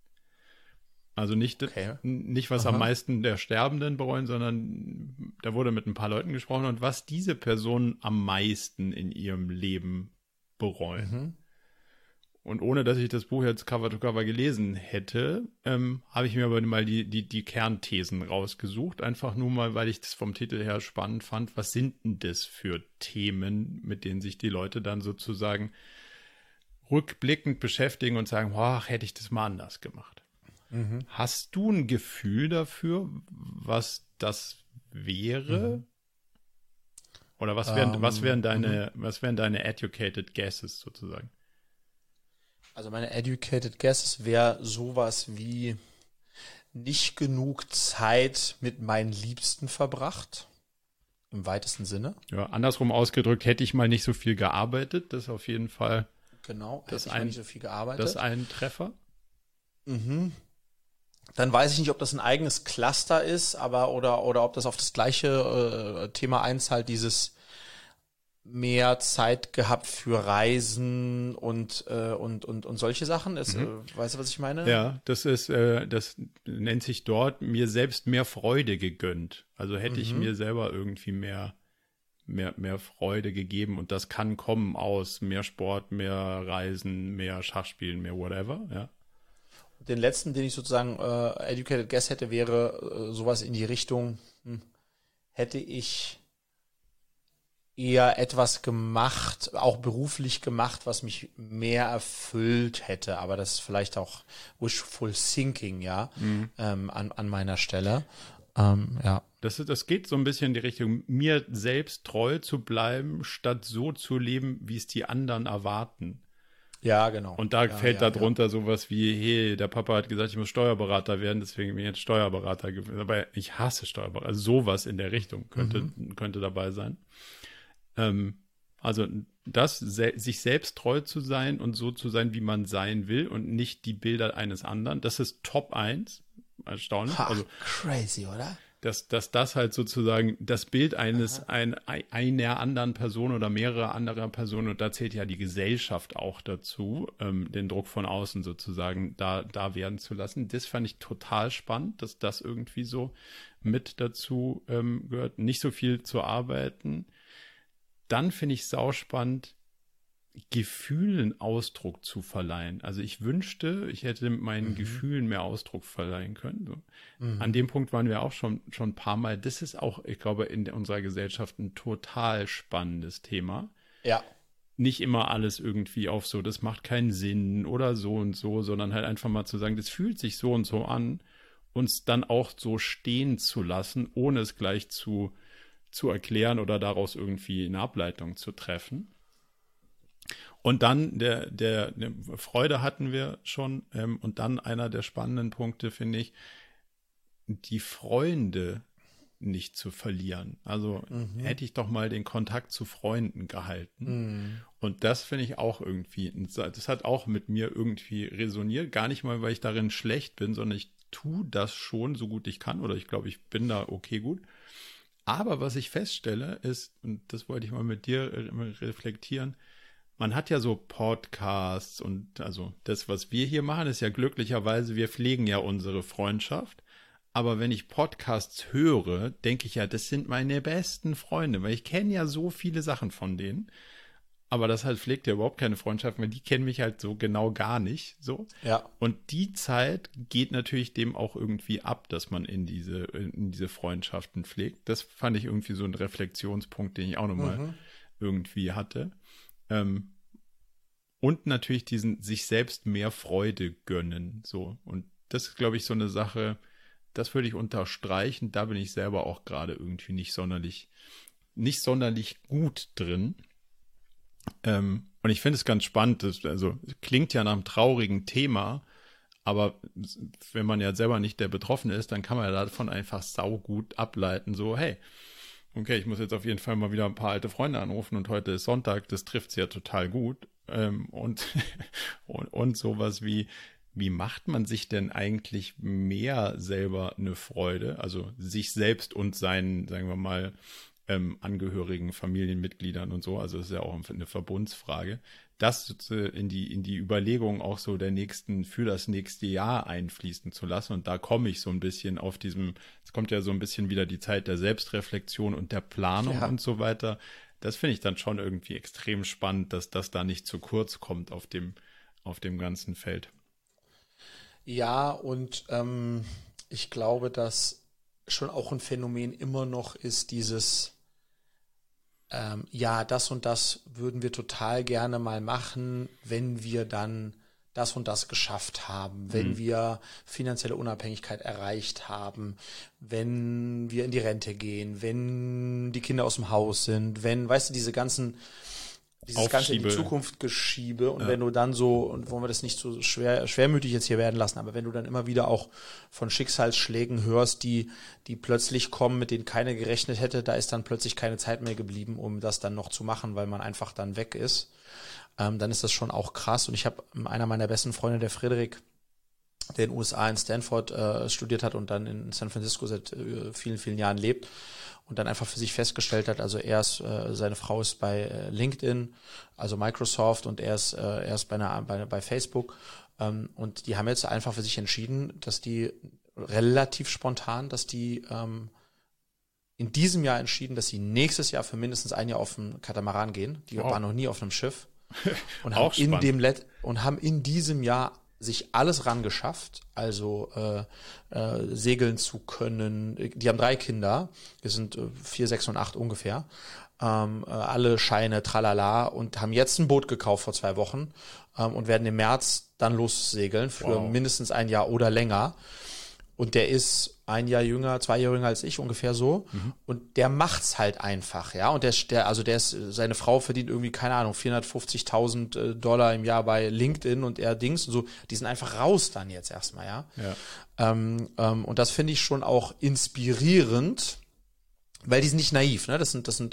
Also nicht was am meisten der Sterbenden bereuen, sondern da wurde mit ein paar Leuten gesprochen und was diese Personen am meisten in ihrem Leben bereuen. Und ohne, dass ich das Buch jetzt Cover to Cover gelesen hätte, habe ich mir aber mal die Kernthesen rausgesucht. Einfach nur mal, weil ich das vom Titel her spannend fand. Was sind denn das für Themen, mit denen sich die Leute dann sozusagen rückblickend beschäftigen und sagen, hätte ich das mal anders gemacht. Hast du ein Gefühl dafür, was das wäre? Oder was wären deine educated guesses sozusagen? Also meine educated guesses wäre sowas wie nicht genug Zeit mit meinen Liebsten verbracht. Im weitesten Sinne. Ja, andersrum ausgedrückt, hätte ich mal nicht so viel gearbeitet, das ist auf jeden Fall. Genau, hätte ich mal nicht so viel gearbeitet. Das ist ein Treffer. Dann weiß ich nicht, ob das ein eigenes Cluster ist, oder ob das auf das gleiche Thema einzahlt, dieses mehr Zeit gehabt für Reisen und solche Sachen. Weißt du, was ich meine? Ja, das nennt sich dort mir selbst mehr Freude gegönnt. Also hätte ich mir selber irgendwie mehr Freude gegeben, und das kann kommen aus mehr Sport, mehr Reisen, mehr Schachspielen, mehr whatever, ja. Den letzten, den ich sozusagen educated guess hätte, wäre sowas in die Richtung, hätte ich eher etwas gemacht, auch beruflich gemacht, was mich mehr erfüllt hätte, aber das ist vielleicht auch wishful thinking, ja, an meiner Stelle. Ja. Das geht so ein bisschen in die Richtung, mir selbst treu zu bleiben, statt so zu leben, wie es die anderen erwarten. Ja, genau. Und da fällt darunter sowas wie, hey, der Papa hat gesagt, ich muss Steuerberater werden, deswegen bin ich jetzt Steuerberater geworden. Aber ich hasse Steuerberater. Also sowas in der Richtung könnte dabei sein. Also sich selbst treu zu sein und so zu sein, wie man sein will und nicht die Bilder eines anderen. Das ist Top 1. Erstaunlich. Also crazy, oder? Dass das halt sozusagen das Bild einer anderen Person oder mehrerer anderer Personen, und da zählt ja die Gesellschaft auch dazu, den Druck von außen sozusagen da werden zu lassen. Das fand ich total spannend, dass das irgendwie so mit dazu gehört, nicht so viel zu arbeiten. Dann finde ich sauspannend, Gefühlen Ausdruck zu verleihen. Also ich wünschte, ich hätte meinen Gefühlen mehr Ausdruck verleihen können. So. An dem Punkt waren wir auch schon ein paar Mal. Das ist auch, ich glaube, in unserer Gesellschaft ein total spannendes Thema. Ja. Nicht immer alles irgendwie auf so, das macht keinen Sinn oder so und so, sondern halt einfach mal zu sagen, das fühlt sich so und so an, uns dann auch so stehen zu lassen, ohne es gleich zu erklären oder daraus irgendwie eine Ableitung zu treffen. Und dann der Freude hatten wir schon, und dann einer der spannenden Punkte, finde ich, die Freunde nicht zu verlieren. Also hätte ich doch mal den Kontakt zu Freunden gehalten. Und das finde ich auch irgendwie, das hat auch mit mir irgendwie resoniert. Gar nicht mal, weil ich darin schlecht bin, sondern ich tue das schon so gut ich kann, oder ich glaube, ich bin da okay gut. Aber was ich feststelle ist, und das wollte ich mal mit dir reflektieren, man hat ja so Podcasts, und also das, was wir hier machen, ist ja glücklicherweise, wir pflegen ja unsere Freundschaft. Aber wenn ich Podcasts höre, denke ich ja, das sind meine besten Freunde, weil ich kenne ja so viele Sachen von denen. Aber das halt pflegt ja überhaupt keine Freundschaft, weil die kennen mich halt so genau gar nicht, so. Ja. Und die Zeit geht natürlich dem auch irgendwie ab, dass man in diese Freundschaften pflegt. Das fand ich irgendwie so ein Reflexionspunkt, den ich auch nochmal irgendwie hatte. Und natürlich diesen sich selbst mehr Freude gönnen, so. Und das ist, glaube ich, so eine Sache, das würde ich unterstreichen. Da bin ich selber auch gerade irgendwie nicht sonderlich gut drin. Und ich finde es ganz spannend, also klingt ja nach einem traurigen Thema, aber wenn man ja selber nicht der Betroffene ist, dann kann man ja davon einfach saugut ableiten, so, hey, okay, ich muss jetzt auf jeden Fall mal wieder ein paar alte Freunde anrufen, und heute ist Sonntag, das trifft's ja total gut. Und sowas wie macht man sich denn eigentlich mehr selber eine Freude, also sich selbst und seinen, sagen wir mal, Angehörigen, Familienmitgliedern und so, also das ist ja auch eine Verbundsfrage, das in die Überlegung auch so für das nächste Jahr einfließen zu lassen. Und da komme ich so ein bisschen es kommt ja so ein bisschen wieder die Zeit der Selbstreflexion und der Planung und so weiter. Das finde ich dann schon irgendwie extrem spannend, dass das da nicht zu kurz kommt auf dem ganzen Feld. Ja, und ich glaube, dass schon auch ein Phänomen immer noch ist, dieses das und das würden wir total gerne mal machen, wenn wir dann das und das geschafft haben, wenn wir finanzielle Unabhängigkeit erreicht haben, wenn wir in die Rente gehen, wenn die Kinder aus dem Haus sind, wenn, weißt du, dieses ganze in die Zukunft geschiebe, und wenn du dann so, und wollen wir das nicht so schwermütig jetzt hier werden lassen, aber wenn du dann immer wieder auch von Schicksalsschlägen hörst, die plötzlich kommen, mit denen keiner gerechnet hätte, da ist dann plötzlich keine Zeit mehr geblieben, um das dann noch zu machen, weil man einfach dann weg ist, dann ist das schon auch krass. Und ich habe einer meiner besten Freunde, der Frederik, der in den USA in Stanford studiert hat und dann in San Francisco seit vielen, vielen Jahren lebt und dann einfach für sich festgestellt hat, also seine Frau ist bei LinkedIn, also Microsoft, und er ist bei Facebook, und die haben jetzt einfach für sich entschieden, dass die relativ spontan, dass die in diesem Jahr entschieden, dass sie nächstes Jahr für mindestens ein Jahr auf dem Katamaran gehen. Die waren noch nie auf einem Schiff und haben in diesem Jahr sich alles rangeschafft, also segeln zu können. Die haben 3 Kinder, wir sind 4, 6 und 8 ungefähr, alle Scheine, tralala, und haben jetzt ein Boot gekauft vor 2 Wochen und werden im März dann lossegeln für mindestens ein Jahr oder länger. Und der ist 1 Jahr jünger, 2 Jahre jünger als ich, ungefähr so. Mhm. Und der macht's halt einfach, ja. Und seine Frau verdient irgendwie, keine Ahnung, $450.000 im Jahr bei LinkedIn und und so. Die sind einfach raus dann jetzt erstmal, ja. Und das finde ich schon auch inspirierend, weil die sind nicht naiv, ne?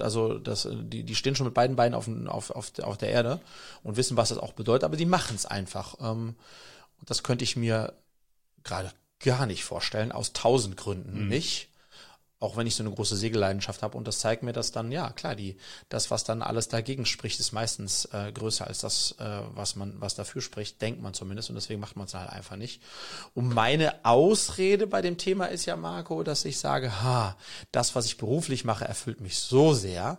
Die stehen schon mit beiden Beinen auf der Erde und wissen, was das auch bedeutet, aber die machen's einfach. Und das könnte ich mir gerade gar nicht vorstellen, aus 1000 Gründen nicht, auch wenn ich so eine große Segelleidenschaft habe, und das zeigt mir, dass dann, ja klar, das, was dann alles dagegen spricht, ist meistens größer als das, was dafür spricht, denkt man zumindest, und deswegen macht man es halt einfach nicht. Und meine Ausrede bei dem Thema ist ja, Marco, dass ich sage, das, was ich beruflich mache, erfüllt mich so sehr,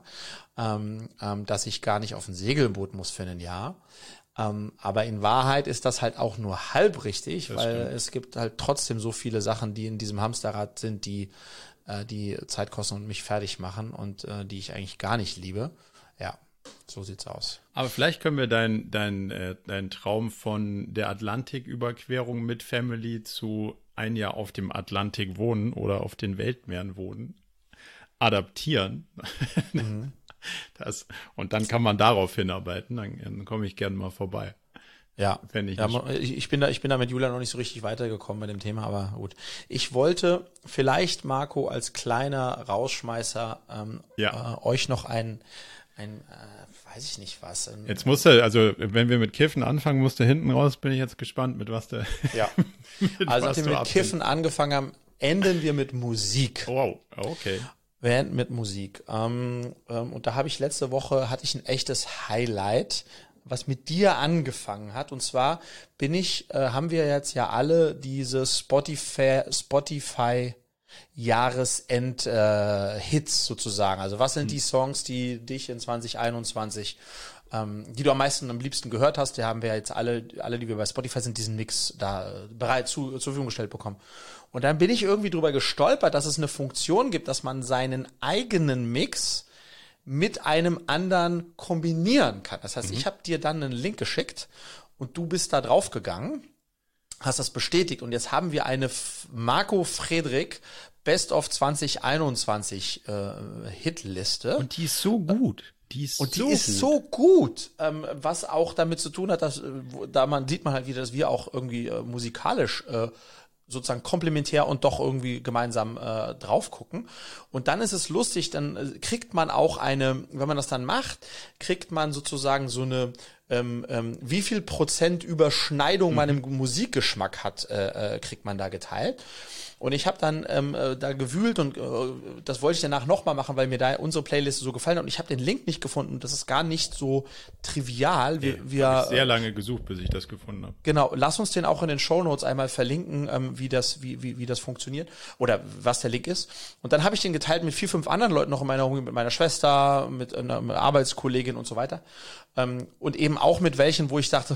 dass ich gar nicht auf ein Segelboot muss für ein Jahr. Aber in Wahrheit ist das halt auch nur halb richtig, weil es gibt halt trotzdem so viele Sachen, die in diesem Hamsterrad sind, die Zeit kosten und mich fertig machen und die ich eigentlich gar nicht liebe. Ja, so sieht's aus. Aber vielleicht können wir dein Traum von der Atlantiküberquerung mit Family zu ein Jahr auf dem Atlantik wohnen oder auf den Weltmeeren wohnen adaptieren. Mhm. Und dann kann man darauf hinarbeiten, dann komme ich gerne mal vorbei. Ja, ich bin da mit Julia noch nicht so richtig weitergekommen bei dem Thema, aber gut. Ich wollte vielleicht, Marco, als kleiner Rausschmeißer euch noch ein weiß ich nicht was. Jetzt musst du, also wenn wir mit Kiffen anfangen, musst du hinten raus, bin ich jetzt gespannt, mit was du... Ja, also nachdem wir mit Kiffen angefangen haben, enden wir mit Musik. Wow, okay. Wir enden mit Musik. Und da hatte ich ein echtes Highlight, was mit dir angefangen hat. Und zwar haben wir jetzt ja alle diese Spotify Jahresend-Hits sozusagen. Also was sind die Songs, die dich in 2021, die du am liebsten gehört hast? Die haben wir jetzt alle, die wir bei Spotify sind, diesen Mix da bereit zur Verfügung gestellt bekommen. Und dann bin ich irgendwie drüber gestolpert, dass es eine Funktion gibt, dass man seinen eigenen Mix mit einem anderen kombinieren kann. Das heißt, ich habe dir dann einen Link geschickt und du bist da drauf gegangen, hast das bestätigt, und jetzt haben wir eine Marco Friedrich Best of 2021 Hitliste. Und die ist so gut. Die ist so gut, was auch damit zu tun hat, dass sieht man halt wieder, dass wir auch irgendwie musikalisch sozusagen komplementär und doch irgendwie gemeinsam drauf gucken. Und dann ist es lustig, dann kriegt man auch wenn man das dann macht, kriegt man sozusagen so eine wie viel Prozent Überschneidung man im Musikgeschmack hat, kriegt man da geteilt. Und ich habe dann da gewühlt und das wollte ich danach nochmal machen, weil mir da unsere Playliste so gefallen hat. Und ich habe den Link nicht gefunden. Das ist gar nicht so trivial. Ich habe sehr lange gesucht, bis ich das gefunden habe. Genau, lass uns den auch in den Shownotes einmal verlinken, wie das funktioniert oder was der Link ist. Und dann habe ich den geteilt mit 4, 5 anderen Leuten noch in meiner Umgebung, mit meiner Schwester, mit einer Arbeitskollegin und so weiter. Und eben auch mit welchen, wo ich dachte,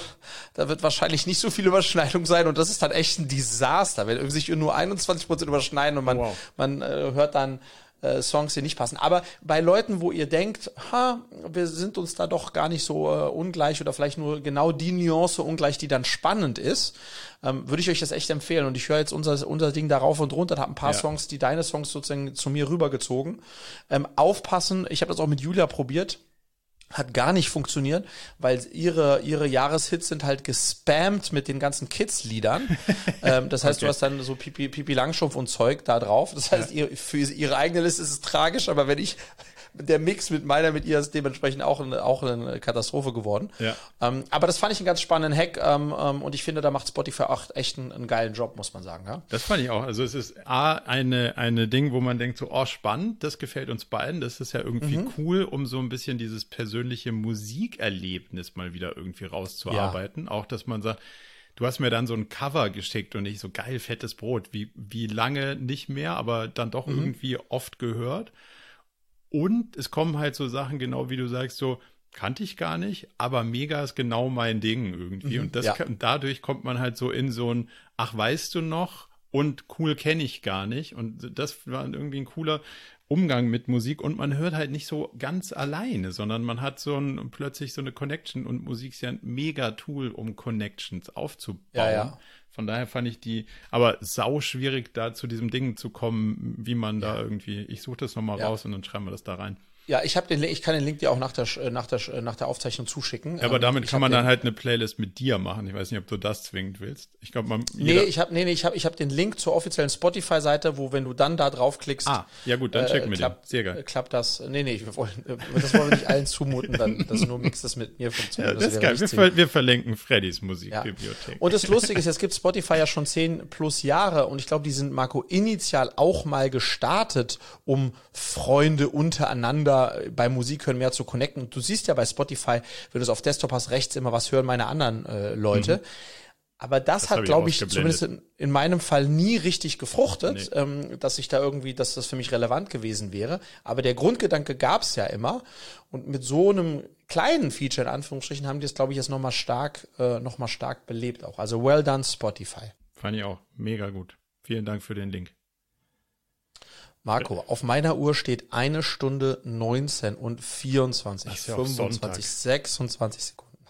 da wird wahrscheinlich nicht so viel Überschneidung sein, und das ist dann echt ein Desaster, wenn sich nur 21% überschneiden und man hört dann Songs, die nicht passen. Aber bei Leuten, wo ihr denkt, wir sind uns da doch gar nicht so ungleich oder vielleicht nur genau die Nuance ungleich, die dann spannend ist, würde ich euch das echt empfehlen. Und ich höre jetzt unser Ding da rauf und runter, habe ein paar Songs, deine Songs sozusagen zu mir rübergezogen. Aufpassen, ich habe das auch mit Julia probiert. Hat gar nicht funktioniert, weil ihre Jahreshits sind halt gespammt mit den ganzen Kids-Liedern. Das heißt, du hast dann so Pipi Langstrumpf und Zeug da drauf. Das heißt, für ihre eigene Liste ist es tragisch, aber wenn ich der Mix mit ihr ist dementsprechend auch eine Katastrophe geworden. Ja. Aber das fand ich einen ganz spannenden Hack und ich finde, da macht Spotify auch echt einen geilen Job, muss man sagen. Ja? Das fand ich auch. Also es ist eine Ding, wo man denkt so, oh spannend, das gefällt uns beiden. Das ist ja irgendwie cool, um so ein bisschen dieses persönliche Musikerlebnis mal wieder irgendwie rauszuarbeiten. Ja. Auch, dass man sagt, du hast mir dann so ein Cover geschickt und ich so geil, fettes Brot. Wie lange nicht mehr, aber dann doch irgendwie oft gehört. Und es kommen halt so Sachen, genau wie du sagst, so kannte ich gar nicht, aber mega ist genau mein Ding irgendwie. Und dadurch kommt man halt so in so ein, ach, weißt du noch? Und cool kenne ich gar nicht. Und das war irgendwie ein cooler Umgang mit Musik. Und man hört halt nicht so ganz alleine, sondern man hat plötzlich so eine Connection. Und Musik ist ja ein mega Tool, um Connections aufzubauen. Ja. Von daher fand ich aber sau schwierig, da zu diesem Ding zu kommen, wie man da irgendwie, ich suche das nochmal raus und dann schreiben wir das da rein. Ja, ich kann den Link dir auch nach der Aufzeichnung zuschicken. Ja, aber damit kann man dann halt eine Playlist mit dir machen. Ich weiß nicht, ob du das zwingend willst. Ich glaube, ich habe den Link zur offiziellen Spotify-Seite, wo, wenn du dann da draufklickst. Ja gut, dann checken wir den. Sehr geil. Klappt das. Das wollen wir nicht allen zumuten, dann, dass nur Mixes mit mir funktioniert. Ja, das ist geil. Wir verlinken Freddys Musikbibliothek. Ja. Und das Lustige ist, jetzt gibt Spotify ja schon 10 plus Jahre und ich glaube, die sind, Marco, initial auch mal gestartet, um Freunde untereinander bei Musik hören mehr zu connecten. Und du siehst ja bei Spotify, wenn du es auf Desktop hast, rechts immer, was hören meine anderen Leute. Aber das hat, glaube ich, zumindest in meinem Fall nie richtig gefruchtet, dass das für mich relevant gewesen wäre. Aber der Grundgedanke gab es ja immer. Und mit so einem kleinen Feature, in Anführungsstrichen, haben die es, glaube ich, jetzt nochmal stark belebt auch. Also well done, Spotify. Fand ich auch mega gut. Vielen Dank für den Link. Marco, auf meiner Uhr steht 1 Stunde 19 und 24, 25, 26 Sekunden.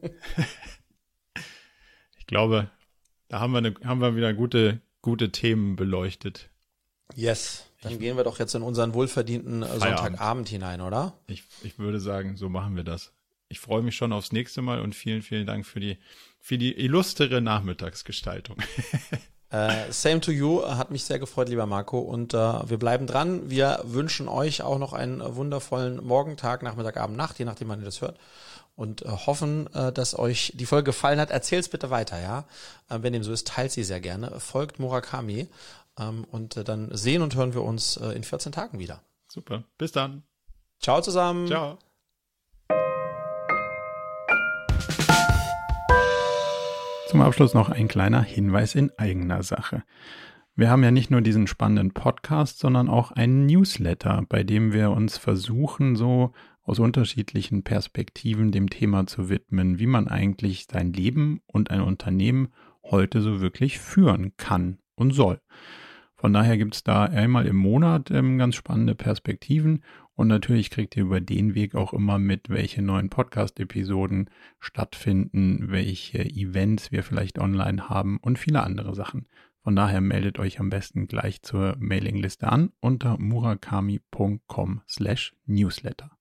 Ich glaube, da haben wir wieder gute Themen beleuchtet. Yes, dann gehen wir doch jetzt in unseren wohlverdienten Sonntagabend hinein, oder? Ich würde sagen, so machen wir das. Ich freue mich schon aufs nächste Mal und vielen, vielen Dank für die illustre Nachmittagsgestaltung. Same to you, hat mich sehr gefreut, lieber Marco, und wir bleiben dran. Wir wünschen euch auch noch einen wundervollen Morgen, Tag, Nachmittag, Abend, Nacht, je nachdem, wann ihr das hört, und hoffen, dass euch die Folge gefallen hat. Erzählt's bitte weiter, ja. Wenn dem so ist, teilt sie sehr gerne. Folgt Murakami und dann sehen und hören wir uns in 14 Tagen wieder. Super, bis dann. Ciao zusammen. Ciao. Zum Abschluss noch ein kleiner Hinweis in eigener Sache. Wir haben ja nicht nur diesen spannenden Podcast, sondern auch einen Newsletter, bei dem wir uns versuchen, so aus unterschiedlichen Perspektiven dem Thema zu widmen, wie man eigentlich sein Leben und ein Unternehmen heute so wirklich führen kann und soll. Von daher gibt es da einmal im Monat ganz spannende Perspektiven und natürlich kriegt ihr über den Weg auch immer mit, welche neuen Podcast-Episoden stattfinden, welche Events wir vielleicht online haben und viele andere Sachen. Von daher meldet euch am besten gleich zur Mailingliste an unter murakami.com/newsletter.